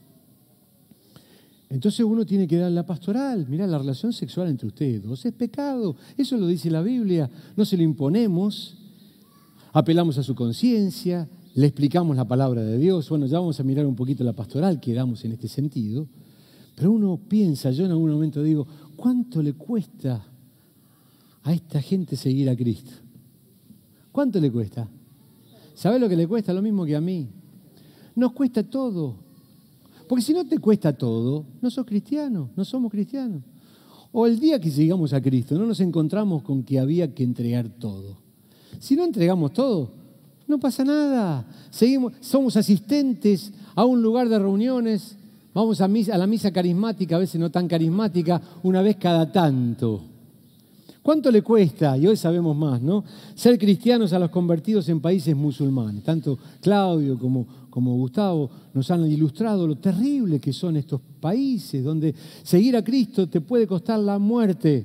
Entonces uno tiene que dar la pastoral. Mirá, la relación sexual entre ustedes dos es pecado. Eso lo dice la Biblia. No se lo imponemos. Apelamos a su conciencia. Le explicamos la palabra de Dios. Bueno, ya vamos a mirar un poquito la pastoral que damos en este sentido. Pero uno piensa, yo en algún momento digo, ¿cuánto le cuesta a esta gente seguir a Cristo? ¿Cuánto le cuesta? ¿Sabés lo que le cuesta? Lo mismo que a mí. Nos cuesta todo. Porque si no te cuesta todo, no sos cristiano, no somos cristianos. O el día que llegamos a Cristo, no nos encontramos con que había que entregar todo. Si no entregamos todo, no pasa nada. Seguimos, somos asistentes a un lugar de reuniones. Vamos a, misa, a la misa carismática, a veces no tan carismática, una vez cada tanto. ¿Cuánto le cuesta? Y hoy sabemos más, ¿no? Ser cristianos a los convertidos en países musulmanes. Tanto Claudio como, como Gustavo nos han ilustrado lo terrible que son estos países, donde seguir a Cristo te puede costar la muerte.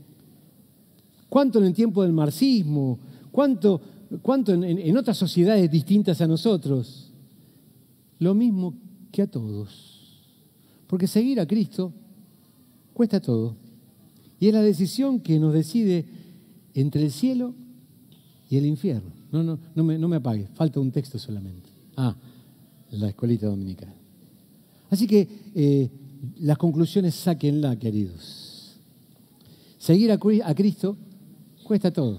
¿Cuánto en el tiempo del marxismo? ¿Cuánto, cuánto en, en, en otras sociedades distintas a nosotros? Lo mismo que a todos. Porque seguir a Cristo cuesta todo. Y es la decisión que nos decide entre el cielo y el infierno. No, no, no me, no me apague, falta un texto solamente. Ah, la escuelita dominical. Así que eh, las conclusiones sáquenla, queridos. Seguir a, a Cristo cuesta todo.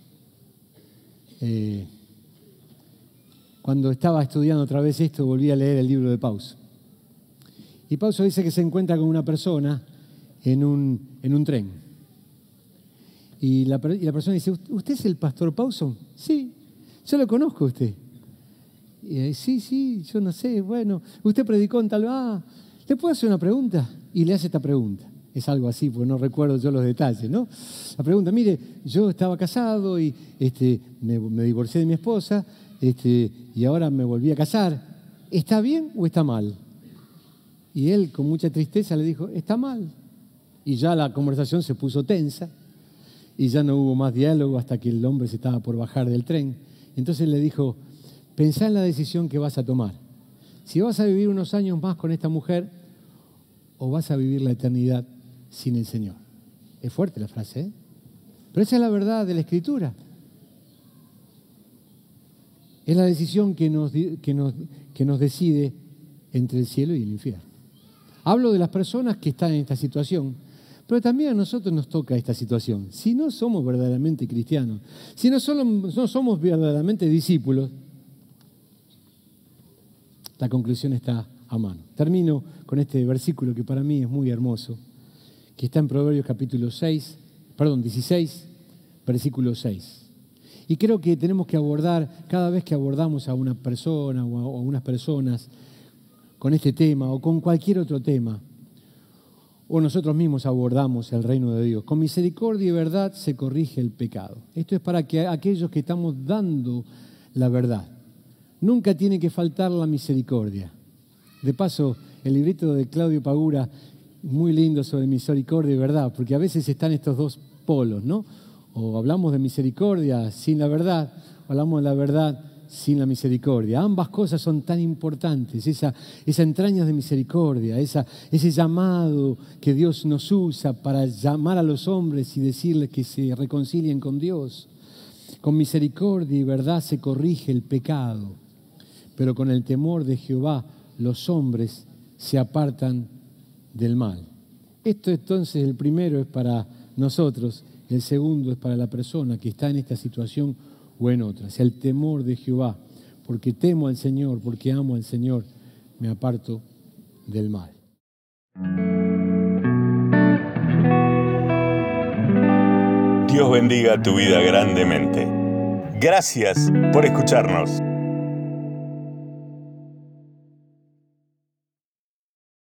Eh, cuando estaba estudiando otra vez esto, volví a leer el libro de Pauso. Y Pauso dice que se encuentra con una persona en un, en un tren. Y la, y la persona dice, ¿usted es el pastor Pauso? Sí, yo lo conozco a usted. Y dice, sí, sí, yo no sé, bueno, usted predicó en tal... Ah, ¿le puedo hacer una pregunta? Y le hace esta pregunta. Es algo así, porque no recuerdo yo los detalles, ¿no? La pregunta, mire, yo estaba casado y este, me, me divorcié de mi esposa este, y ahora me volví a casar. ¿Está bien o está mal? Y él, con mucha tristeza, le dijo, está mal. Y ya la conversación se puso tensa y ya no hubo más diálogo hasta que el hombre se estaba por bajar del tren. Entonces le dijo, pensá en la decisión que vas a tomar. Si vas a vivir unos años más con esta mujer o vas a vivir la eternidad sin el Señor. Es fuerte la frase, ¿eh? Pero esa es la verdad de la Escritura. Es la decisión que nos, que nos, que nos decide entre el cielo y el infierno. Hablo de las personas que están en esta situación, pero también a nosotros nos toca esta situación. Si no somos verdaderamente cristianos, si no, solo, no somos verdaderamente discípulos, la conclusión está a mano. Termino con este versículo que para mí es muy hermoso, que está en Proverbios capítulo seis, perdón, dieciséis, versículo seis. Y creo que tenemos que abordar, cada vez que abordamos a una persona o a, o a unas personas con este tema o con cualquier otro tema, o nosotros mismos abordamos el reino de Dios, con misericordia y verdad se corrige el pecado. Esto es para que aquellos que estamos dando la verdad, nunca tiene que faltar la misericordia. De paso, el librito de Claudio Pagura, muy lindo sobre misericordia y verdad, porque a veces están estos dos polos, ¿no? O hablamos de misericordia sin la verdad, o hablamos de la verdad sin la misericordia. Ambas cosas son tan importantes, esa, esa entraña de misericordia, esa, ese llamado que Dios nos usa para llamar a los hombres y decirles que se reconcilien con Dios. Con misericordia y verdad se corrige el pecado, pero con el temor de Jehová los hombres se apartan del mal. Esto entonces, el primero es para nosotros, el segundo es para la persona que está en esta situación o en otra. Es el temor de Jehová, porque temo al Señor, porque amo al Señor, me aparto del mal. Dios bendiga tu vida grandemente. Gracias por escucharnos.